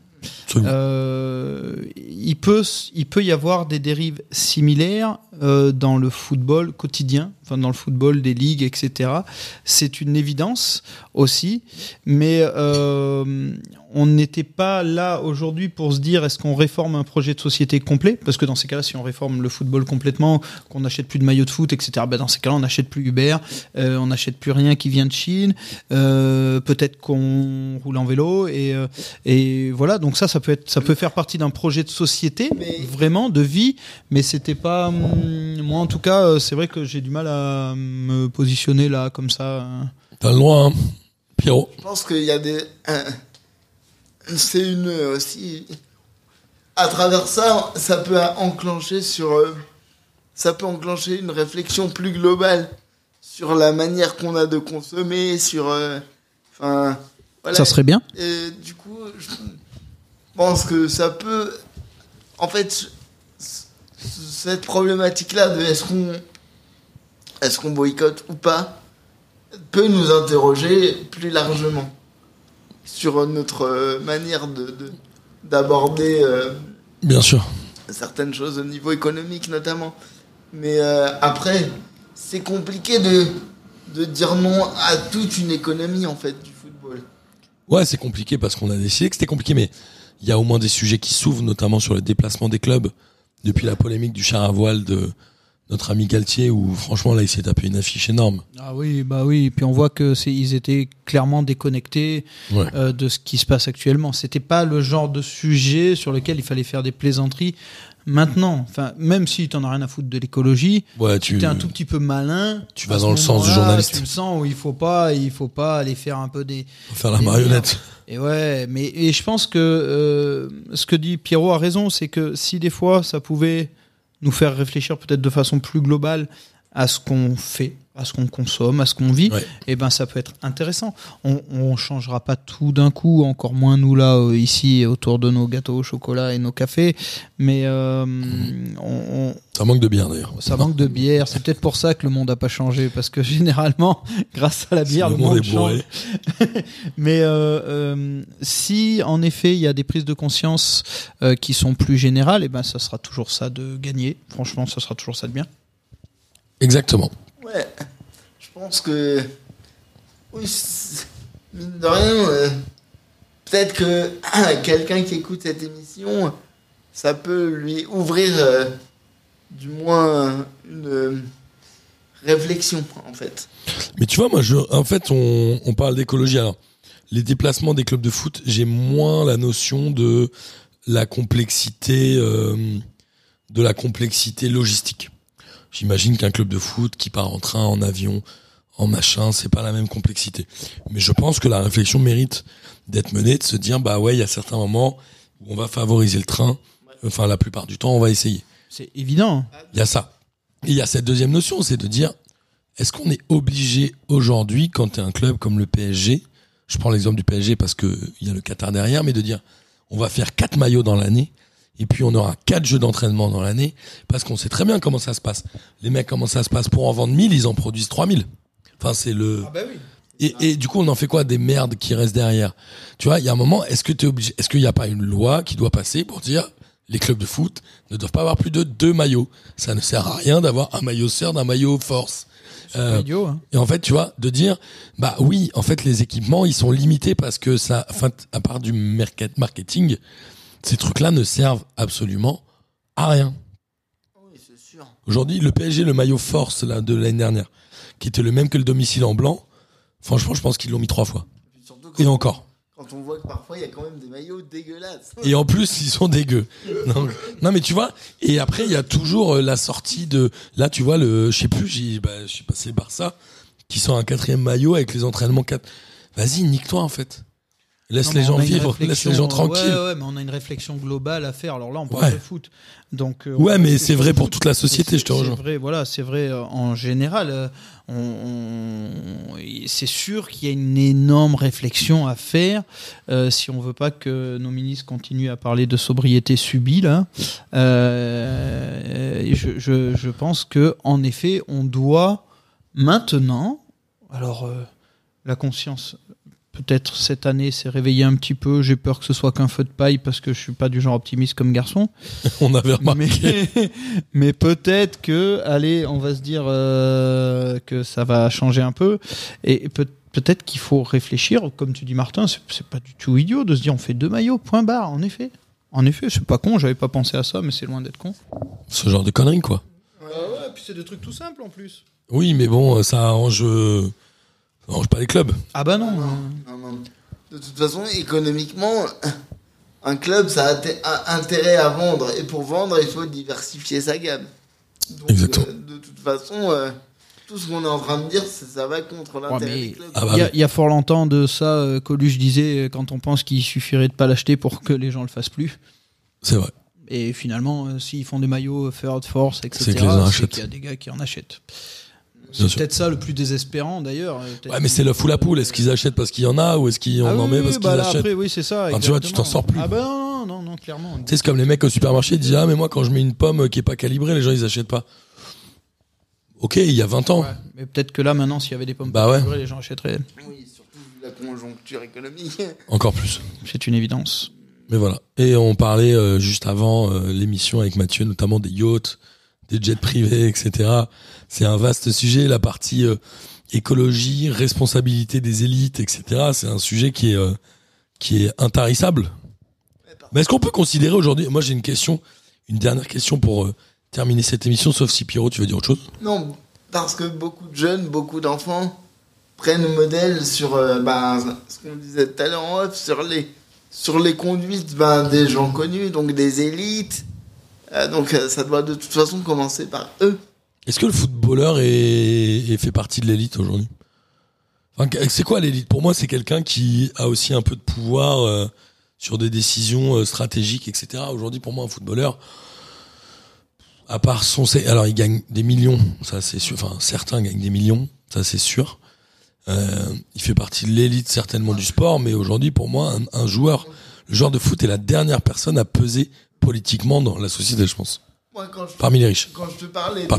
Il peut y avoir des dérives similaires dans le football quotidien, enfin dans le football des ligues, etc. C'est une évidence aussi, mais on n'était pas là aujourd'hui pour se dire est-ce qu'on réforme un projet de société complet, parce que dans ces cas-là, si on réforme le football complètement, qu'on n'achète plus de maillots de foot, etc., ben dans ces cas-là, on n'achète plus Uber, on n'achète plus rien qui vient de Chine, peut-être qu'on roule en vélo, et voilà. Donc ça peut faire partie d'un projet de société, vraiment de vie, mais c'était pas moi en tout cas, c'est vrai que j'ai du mal à me positionner là comme ça. T'as le droit, hein, Pierrot. Je pense qu'il y a des... c'est une aussi... À travers ça, ça peut enclencher une réflexion plus globale sur la manière qu'on a de consommer, sur... voilà. Ça serait bien. Et du coup, je pense que ça peut... En fait, cette problématique-là de est-ce qu'on boycotte ou pas peut nous interroger plus largement sur notre manière d'aborder Bien sûr. certaines choses au niveau économique notamment. Mais après, c'est compliqué de dire non à toute une économie en fait du football. Ouais, c'est compliqué parce qu'on a décidé que c'était compliqué, mais il y a au moins des sujets qui s'ouvrent, notamment sur le déplacement des clubs, depuis la polémique du char à voile de notre ami Galtier, où franchement là il s'est tapé une affiche énorme. Ah oui, bah oui. Et puis on voit que ils étaient clairement déconnectés Ouais. de ce qui se passe actuellement. C'était pas le genre de sujet sur lequel il fallait faire des plaisanteries. Maintenant, enfin, même si t'en as rien à foutre de l'écologie, Ouais, tu t'es un tout petit peu malin. tu vas à ce dans le sens du moment-là, journaliste. Tu le sens où il faut pas aller faire un peu des. faire la des marionnette. Et ouais, et je pense que ce que dit Pierrot a raison, c'est que si des fois ça pouvait nous faire réfléchir peut-être de façon plus globale à ce qu'on fait, à ce qu'on consomme, à ce qu'on vit, Ouais. et ben ça peut être intéressant. On changera pas tout d'un coup, encore moins nous là ici autour de nos gâteaux au chocolat et nos cafés, mais Ça manque de bière d'ailleurs. ça manque de bière. C'est peut-être pour ça que le monde a pas changé, parce que généralement, grâce à la bière, Le le monde monde est change. bourré. Mais si en effet il y a des prises de conscience qui sont plus générales, et ben ça sera toujours ça de gagner. Franchement, ça sera toujours ça de bien. Exactement. Ouais, je pense que oui, mine de rien, peut-être que quelqu'un qui écoute cette émission, ça peut lui ouvrir du moins une réflexion en fait. Mais tu vois, moi, en fait, on parle d'écologie. Alors, les déplacements des clubs de foot, j'ai moins la notion de la complexité, logistique. J'imagine qu'un club de foot qui part en train, en avion, en machin, c'est pas la même complexité. Mais je pense que la réflexion mérite d'être menée, de se dire, bah ouais, il y a certains moments où on va favoriser le train. Enfin, la plupart du temps, on va essayer. C'est évident. Il y a ça. Et il y a cette deuxième notion, c'est de dire, est-ce qu'on est obligé aujourd'hui, quand t'es un club comme le PSG, je prends l'exemple du PSG parce que il y a le Qatar derrière, mais de dire, on va faire 4 maillots dans l'année, et puis on aura 4 jeux d'entraînement dans l'année, parce qu'on sait très bien comment ça se passe. Les mecs, comment ça se passe? Pour en vendre 1000, ils en produisent 3000. Enfin, c'est le... Ah bah oui. Et du coup, on en fait quoi? Des merdes qui restent derrière. Tu vois, il y a un moment, est-ce que t'es obligé, est-ce qu'il n'y a pas une loi qui doit passer pour dire, les clubs de foot ne doivent pas avoir plus de 2 maillots. Ça ne sert à rien d'avoir un maillot surf, un maillot force. C'est pas idiot. Hein. Et en fait, tu vois, de dire, bah oui, en fait, les équipements, ils sont limités parce que ça, enfin, à part du marketing, ces trucs-là ne servent absolument à rien. Oui, c'est sûr. Aujourd'hui, le PSG, le maillot force là de l'année dernière, qui était le même que le domicile en blanc, franchement, je pense qu'ils l'ont mis 3 fois. Et puis surtout Et encore. quand on voit que parfois il y a quand même des maillots dégueulasses. Et en plus, ils sont dégueux. Non, mais tu vois. Et après, il y a toujours la sortie de. Là, tu vois je sais plus. Je suis passé Barça, qui sort un 4e maillot avec les entraînements 4. Vas-y, nique-toi en fait. Laisse Non, les mais gens on a une vivre, laisse réflexion, les gens tranquilles. Ouais, mais on a une réflexion globale à faire. Alors là, on parle Ouais. de foot. Donc, Ouais, mais c'est vrai pour toute la société, je te rejoins. C'est vrai, voilà, c'est vrai en général. C'est sûr qu'il y a une énorme réflexion à faire si on veut pas que nos ministres continuent à parler de sobriété subie là. Je pense que en effet, on doit maintenant. Alors, la conscience. Peut-être cette année s'est réveillée un petit peu. J'ai peur que ce soit qu'un feu de paille parce que je suis pas du genre optimiste comme garçon. On avait remarqué. Mais peut-être que, allez, on va se dire que ça va changer un peu. Et peut-être qu'il faut réfléchir, comme tu dis Martin, c'est pas du tout idiot de se dire on fait 2 maillots, point barre, en effet. En effet, c'est pas con, j'avais pas pensé à ça, mais c'est loin d'être con. Ce genre de conneries, quoi. Ouais, puis c'est des trucs tout simples en plus. Oui, mais bon, ça arrange pas les clubs. Ah bah non. Non. De toute façon, économiquement, un club, ça a intérêt à vendre. Et pour vendre, il faut diversifier sa gamme. Donc, Exactement. De toute façon, tout ce qu'on est en train de dire, ça va contre l'intérêt mais des clubs. Ah bah Il y a fort longtemps de ça, Coluche disait quand on pense qu'il suffirait de pas l'acheter pour que les gens le fassent plus. C'est vrai. Et finalement, s'ils font des maillots Third Force, etc., C'est que les gens c'est achètent. qu'il y a des gars qui en achètent. Bien C'est sûr. peut-être ça le plus désespérant d'ailleurs. Ouais, mais c'est l'œuf ou la poule. Est-ce qu'ils achètent parce qu'il y en a ou est-ce qu'on en met parce qu'ils là, achètent? après, oui, c'est ça. Enfin, tu vois, tu exactement. t'en sors plus. Ah bah non, clairement. Tu sais, c'est comme les mecs au supermarché, ils disent, ah, mais moi, quand je mets une pomme qui est pas calibrée, les gens, ils achètent pas. Ok, il y a 20 ans. Ouais, mais peut-être que là, maintenant, s'il y avait des pommes Bah ouais. calibrées, les gens achèteraient. Oui, surtout vu la conjoncture économique. Encore plus. C'est une évidence. Mais voilà. Et on parlait juste avant l'émission avec Mathieu, notamment des yachts, des jets privés, etc. C'est un vaste sujet, la partie écologie, responsabilité des élites, etc. C'est un sujet qui est intarissable. Mais est-ce qu'on peut considérer aujourd'hui, moi j'ai une dernière question pour terminer cette émission, sauf si Pierrot, tu veux dire autre chose? Non, parce que beaucoup de jeunes, beaucoup d'enfants prennent modèle sur ce qu'on disait tout à l'heure en off, sur les conduites des gens connus, donc des élites. Donc ça doit de toute façon commencer par eux. Est-ce que le footballeur fait partie de l'élite aujourd'hui? Enfin, c'est quoi l'élite? Pour moi, c'est quelqu'un qui a aussi un peu de pouvoir sur des décisions stratégiques, etc. Aujourd'hui, pour moi, un footballeur, à part alors il gagne des millions, ça c'est sûr. Enfin, certains gagnent des millions, ça c'est sûr. Il fait partie de l'élite certainement du sport, mais aujourd'hui, pour moi, le joueur de foot est la dernière personne à peser politiquement dans la société, je pense. Moi, Parmi les riches. Quand je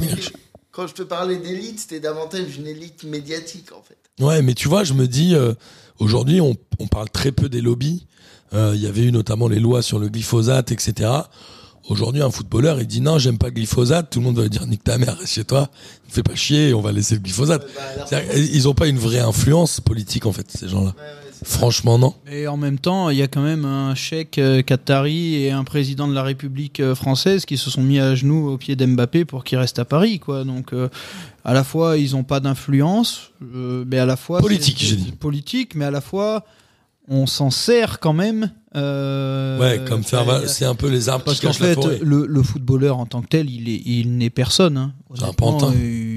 te parlais d'élite, c'était davantage une élite médiatique, en fait. Ouais, mais tu vois, je me dis, aujourd'hui, on parle très peu des lobbies. Il y avait eu notamment les lois sur le glyphosate, etc. Aujourd'hui, un footballeur, il dit non, j'aime pas le glyphosate. Tout le monde va lui dire nique ta mère, reste chez toi, ne fais pas chier, on va laisser le glyphosate. Ils ont pas une vraie influence politique, en fait, ces gens-là. Franchement, non. Et en même temps, il y a quand même un cheikh qatari et un président de la République française qui se sont mis à genoux au pied d'Mbappé pour qu'il reste à Paris, quoi. Donc, à la fois, ils ont pas d'influence, mais à la fois politique, j'ai dit. Politique, mais à la fois, on s'en sert quand même. Comme c'est un peu les arbres parce qui qu'en cachent la fait, forêt. le footballeur en tant que tel, il n'est personne. Hein. C'est un pantin.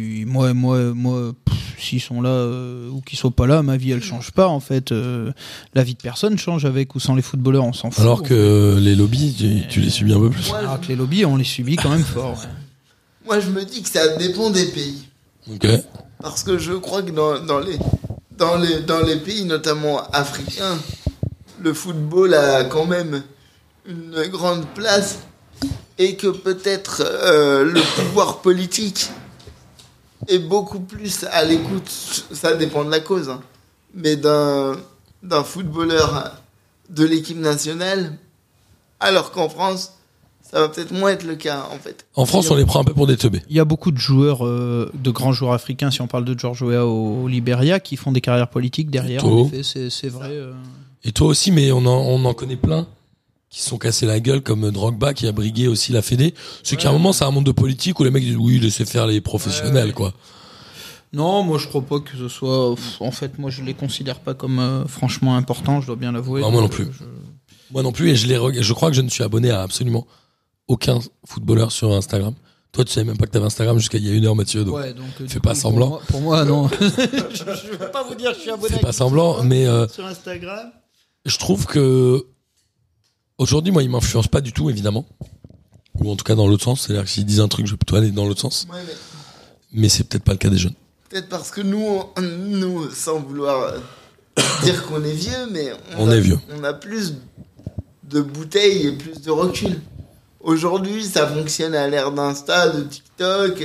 Moi, s'ils sont là ou qu'ils soient pas là, ma vie elle change pas en fait. La vie de personne change avec ou sans les footballeurs, on s'en fout. Alors que les lobbies, tu les subis un peu plus. Alors que les lobbies, on les subit quand même fort. Ouais. Moi, je me dis que ça dépend des pays. Ok. Parce que je crois que dans les pays, notamment africains, le football a quand même une grande place et que peut-être le pouvoir politique est beaucoup plus à l'écoute, ça dépend de la cause, hein, mais d'un footballeur de l'équipe nationale, alors qu'en France, ça va peut-être moins être le cas, en fait. En France, on les prend un peu pour des teubés. Il y a beaucoup de joueurs, de grands joueurs africains, si on parle de George Weah au Liberia, qui font des carrières politiques derrière. En effet, c'est vrai. Et toi aussi, mais on en connaît plein qui se sont cassés la gueule, comme Drogba qui a brigué aussi la Fédé. Ce qui à un moment, c'est un monde de politique où les mecs disent oui, laissez faire les professionnels, quoi. Non, moi je crois pas que ce soit. En fait, moi je les considère pas comme franchement importants, je dois bien l'avouer. Non, moi non plus. Moi non plus, et je crois que je ne suis abonné à absolument aucun footballeur sur Instagram. Toi, tu savais même pas que t'avais Instagram jusqu'à il y a 1 heure, Mathieu. Donc, fais pas semblant. Pour moi, non. Je vais pas vous dire que je suis abonné. Fais pas semblant, mais sur Instagram. Je trouve que aujourd'hui, moi, il m'influence pas du tout, évidemment. Ou en tout cas dans l'autre sens. C'est-à-dire que s'ils disent un truc, je vais plutôt aller dans l'autre sens. Ouais, mais c'est peut-être pas le cas des jeunes. Peut-être parce que nous sans vouloir dire qu'on est vieux, mais on est vieux. On a plus de bouteilles et plus de recul. Aujourd'hui, ça fonctionne à l'ère d'Insta, de TikTok.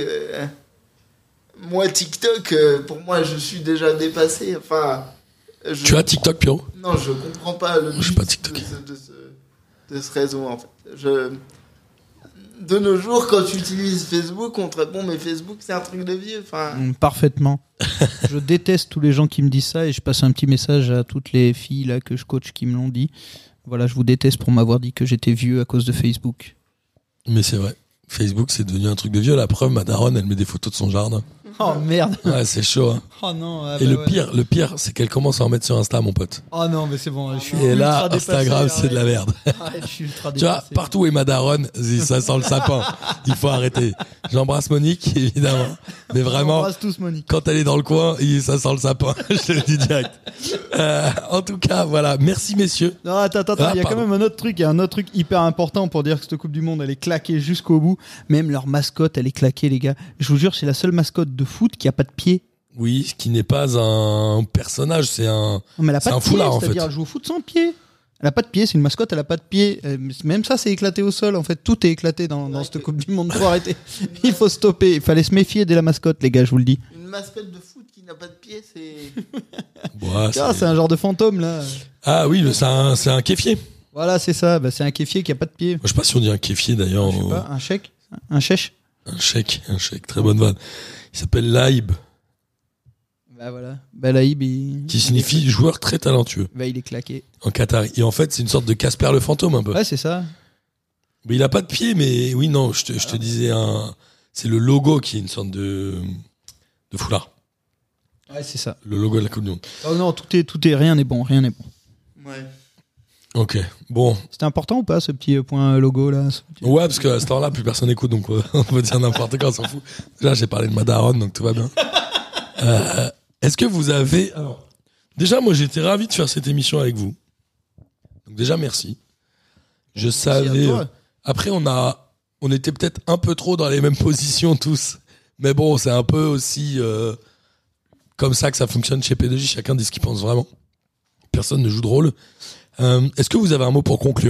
Moi, TikTok, pour moi, je suis déjà dépassé. Enfin, tu as TikTok, Pierrot? Non, je comprends pas le but pas TikTok. de ce réseau, en fait. De nos jours, quand tu utilises Facebook, on te répond mais Facebook c'est un truc de vieux. Parfaitement. Je déteste tous les gens qui me disent ça et je passe un petit message à toutes les filles là que je coach qui me l'ont dit. Voilà, je vous déteste pour m'avoir dit que j'étais vieux à cause de Facebook. Mais c'est vrai. Facebook c'est devenu un truc de vieux. La preuve, ma daronne, elle met des photos de son jardin. Oh merde. Ouais, c'est chaud. Hein. Oh non. Et le pire, c'est qu'elle commence à en mettre sur Insta, mon pote. Oh non, mais c'est bon. Je suis et là, Instagram, c'est de la merde. Je suis ultra tu vois, partout où est ma daronne, ça sent le sapin. Il faut arrêter. J'embrasse Monique, évidemment. Mais vraiment, j'embrasse tous Monique. Quand elle est dans le coin, ça sent le sapin. Je te le dis direct. En tout cas, voilà. Merci, messieurs. Non, attends. Il y a quand même un autre truc. Il y a un autre truc hyper important pour dire que cette Coupe du Monde, elle est claquée jusqu'au bout. Même leur mascotte, elle est claquée, les gars. Je vous jure, c'est la seule mascotte de foot qui a pas de pied. Oui, ce qui n'est pas un personnage, c'est un foulard, en fait. C'est-à-dire, elle joue au foot sans pied. Elle a pas de pied, c'est une mascotte, elle a pas de pied. Même ça, c'est éclaté au sol. En fait, tout est éclaté dans cette Coupe du Monde. Faut arrêter. Il faut stopper. Il fallait se méfier de la mascotte, les gars, je vous le dis. Une mascotte de foot qui n'a pas de pied, c'est. Bon, c'est un genre de fantôme là. Ah oui, c'est un kéfier. Voilà, c'est ça. Bah, c'est un kéfier qui a pas de pied. Moi, je sais pas si on dit un kéfier d'ailleurs. Je sais pas, un chèque, un chèche. Un chèque. Très bonne vanne. Il s'appelle Laïb, Bah voilà. Bah Laïb, il... qui signifie joueur très talentueux Bah il est claqué. en Qatari. Et en fait, c'est une sorte de Casper le fantôme un peu. Ouais, c'est ça. Mais il a pas de pied, mais oui, non, je te disais c'est le logo qui est une sorte de foulard. Ouais, c'est ça. Le logo de la Coupe du Monde. Oh non, rien n'est bon. Ouais. Ok, bon. C'était important ou pas ce petit point logo là Ouais, parce qu'à ce temps-là, plus personne n'écoute, donc on peut dire n'importe quoi, on s'en fout. Là, j'ai parlé de Madaron, donc tout va bien. Est-ce que vous avez... Alors, déjà, moi, j'étais ravi de faire cette émission avec vous. Donc déjà, merci. Je savais... Après, on était peut-être un peu trop dans les mêmes positions tous. Mais bon, c'est un peu aussi comme ça que ça fonctionne chez P2J. Chacun dit ce qu'il pense vraiment. Personne ne joue de rôle. Est-ce que vous avez un mot pour conclure ?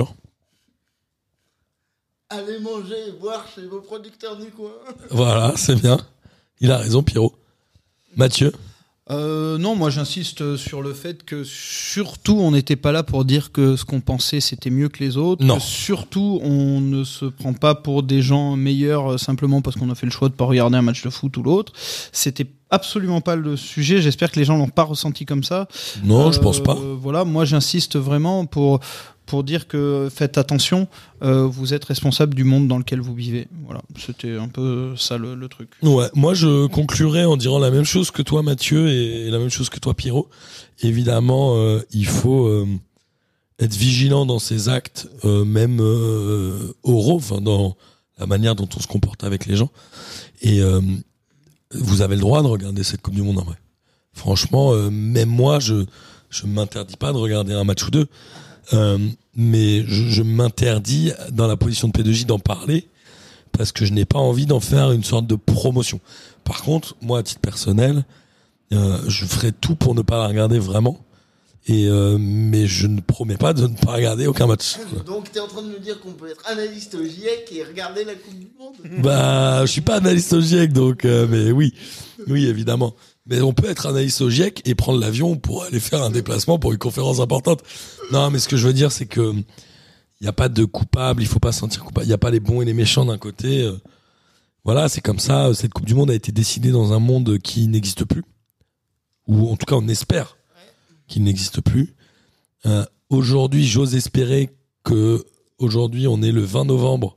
Allez manger et boire chez vos producteurs du coin. Voilà, c'est bien. Il a raison, Pierrot. Mathieu ? Non, moi j'insiste sur le fait que surtout on n'était pas là pour dire que ce qu'on pensait c'était mieux que les autres. Non. Que surtout on ne se prend pas pour des gens meilleurs simplement parce qu'on a fait le choix de pas regarder un match de foot ou l'autre. C'était absolument pas le sujet. J'espère que les gens l'ont pas ressenti comme ça. Non, je pense pas. Voilà, moi j'insiste vraiment pour dire que faites attention, vous êtes responsable du monde dans lequel vous vivez. Voilà, c'était un peu ça le truc. Ouais, moi je conclurai en disant la même chose que toi Mathieu et la même chose que toi Pierrot. Évidemment, il faut être vigilant dans ses actes, même oraux, enfin dans la manière dont on se comporte avec les gens. Et vous avez le droit de regarder cette Coupe du Monde en vrai. Franchement, même moi, je m'interdis pas de regarder un match ou deux. Mais je m'interdis dans la position de P2J d'en parler parce que je n'ai pas envie d'en faire une sorte de promotion. Par contre, moi à titre personnel, je ferai tout pour ne pas la regarder vraiment. Mais je ne promets pas de ne pas regarder aucun match. Donc t'es en train de me dire qu'on peut être analyste au GIEC et regarder la Coupe du Monde ? Bah, je suis pas analyste au GIEC, donc mais oui, évidemment. Mais on peut être analyste au GIEC et prendre l'avion pour aller faire un déplacement pour une conférence importante. Non, mais ce que je veux dire, c'est que il y a pas de coupable, il faut pas se sentir coupable. Il y a pas les bons et les méchants d'un côté. Voilà, c'est comme ça. Cette Coupe du Monde a été décidée dans un monde qui n'existe plus, ou en tout cas on espère qu'il n'existe plus. Aujourd'hui, j'ose espérer que aujourd'hui, on est le 20 novembre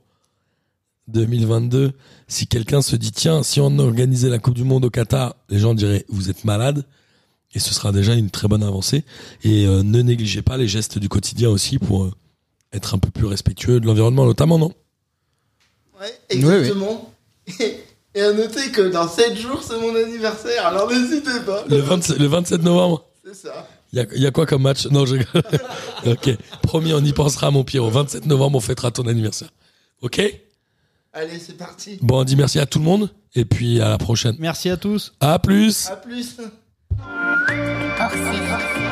2022. Si quelqu'un se dit tiens, si on organisait la Coupe du Monde au Qatar, les gens diraient vous êtes malade, et ce sera déjà une très bonne avancée. Et ne négligez pas les gestes du quotidien aussi pour être un peu plus respectueux de l'environnement, notamment, non ? Ouais, exactement. Oui. Et à noter que dans 7 jours, c'est mon anniversaire, alors n'hésitez pas. Le 27 novembre. C'est ça. Il y a quoi comme match ? Non, je rigole. Ok, promis, on y pensera, mon Pierrot. 27 novembre, on fêtera ton anniversaire. Ok ? Allez, c'est parti. Bon, on dit merci à tout le monde, et puis à la prochaine. Merci à tous. À plus. À plus. Hors série.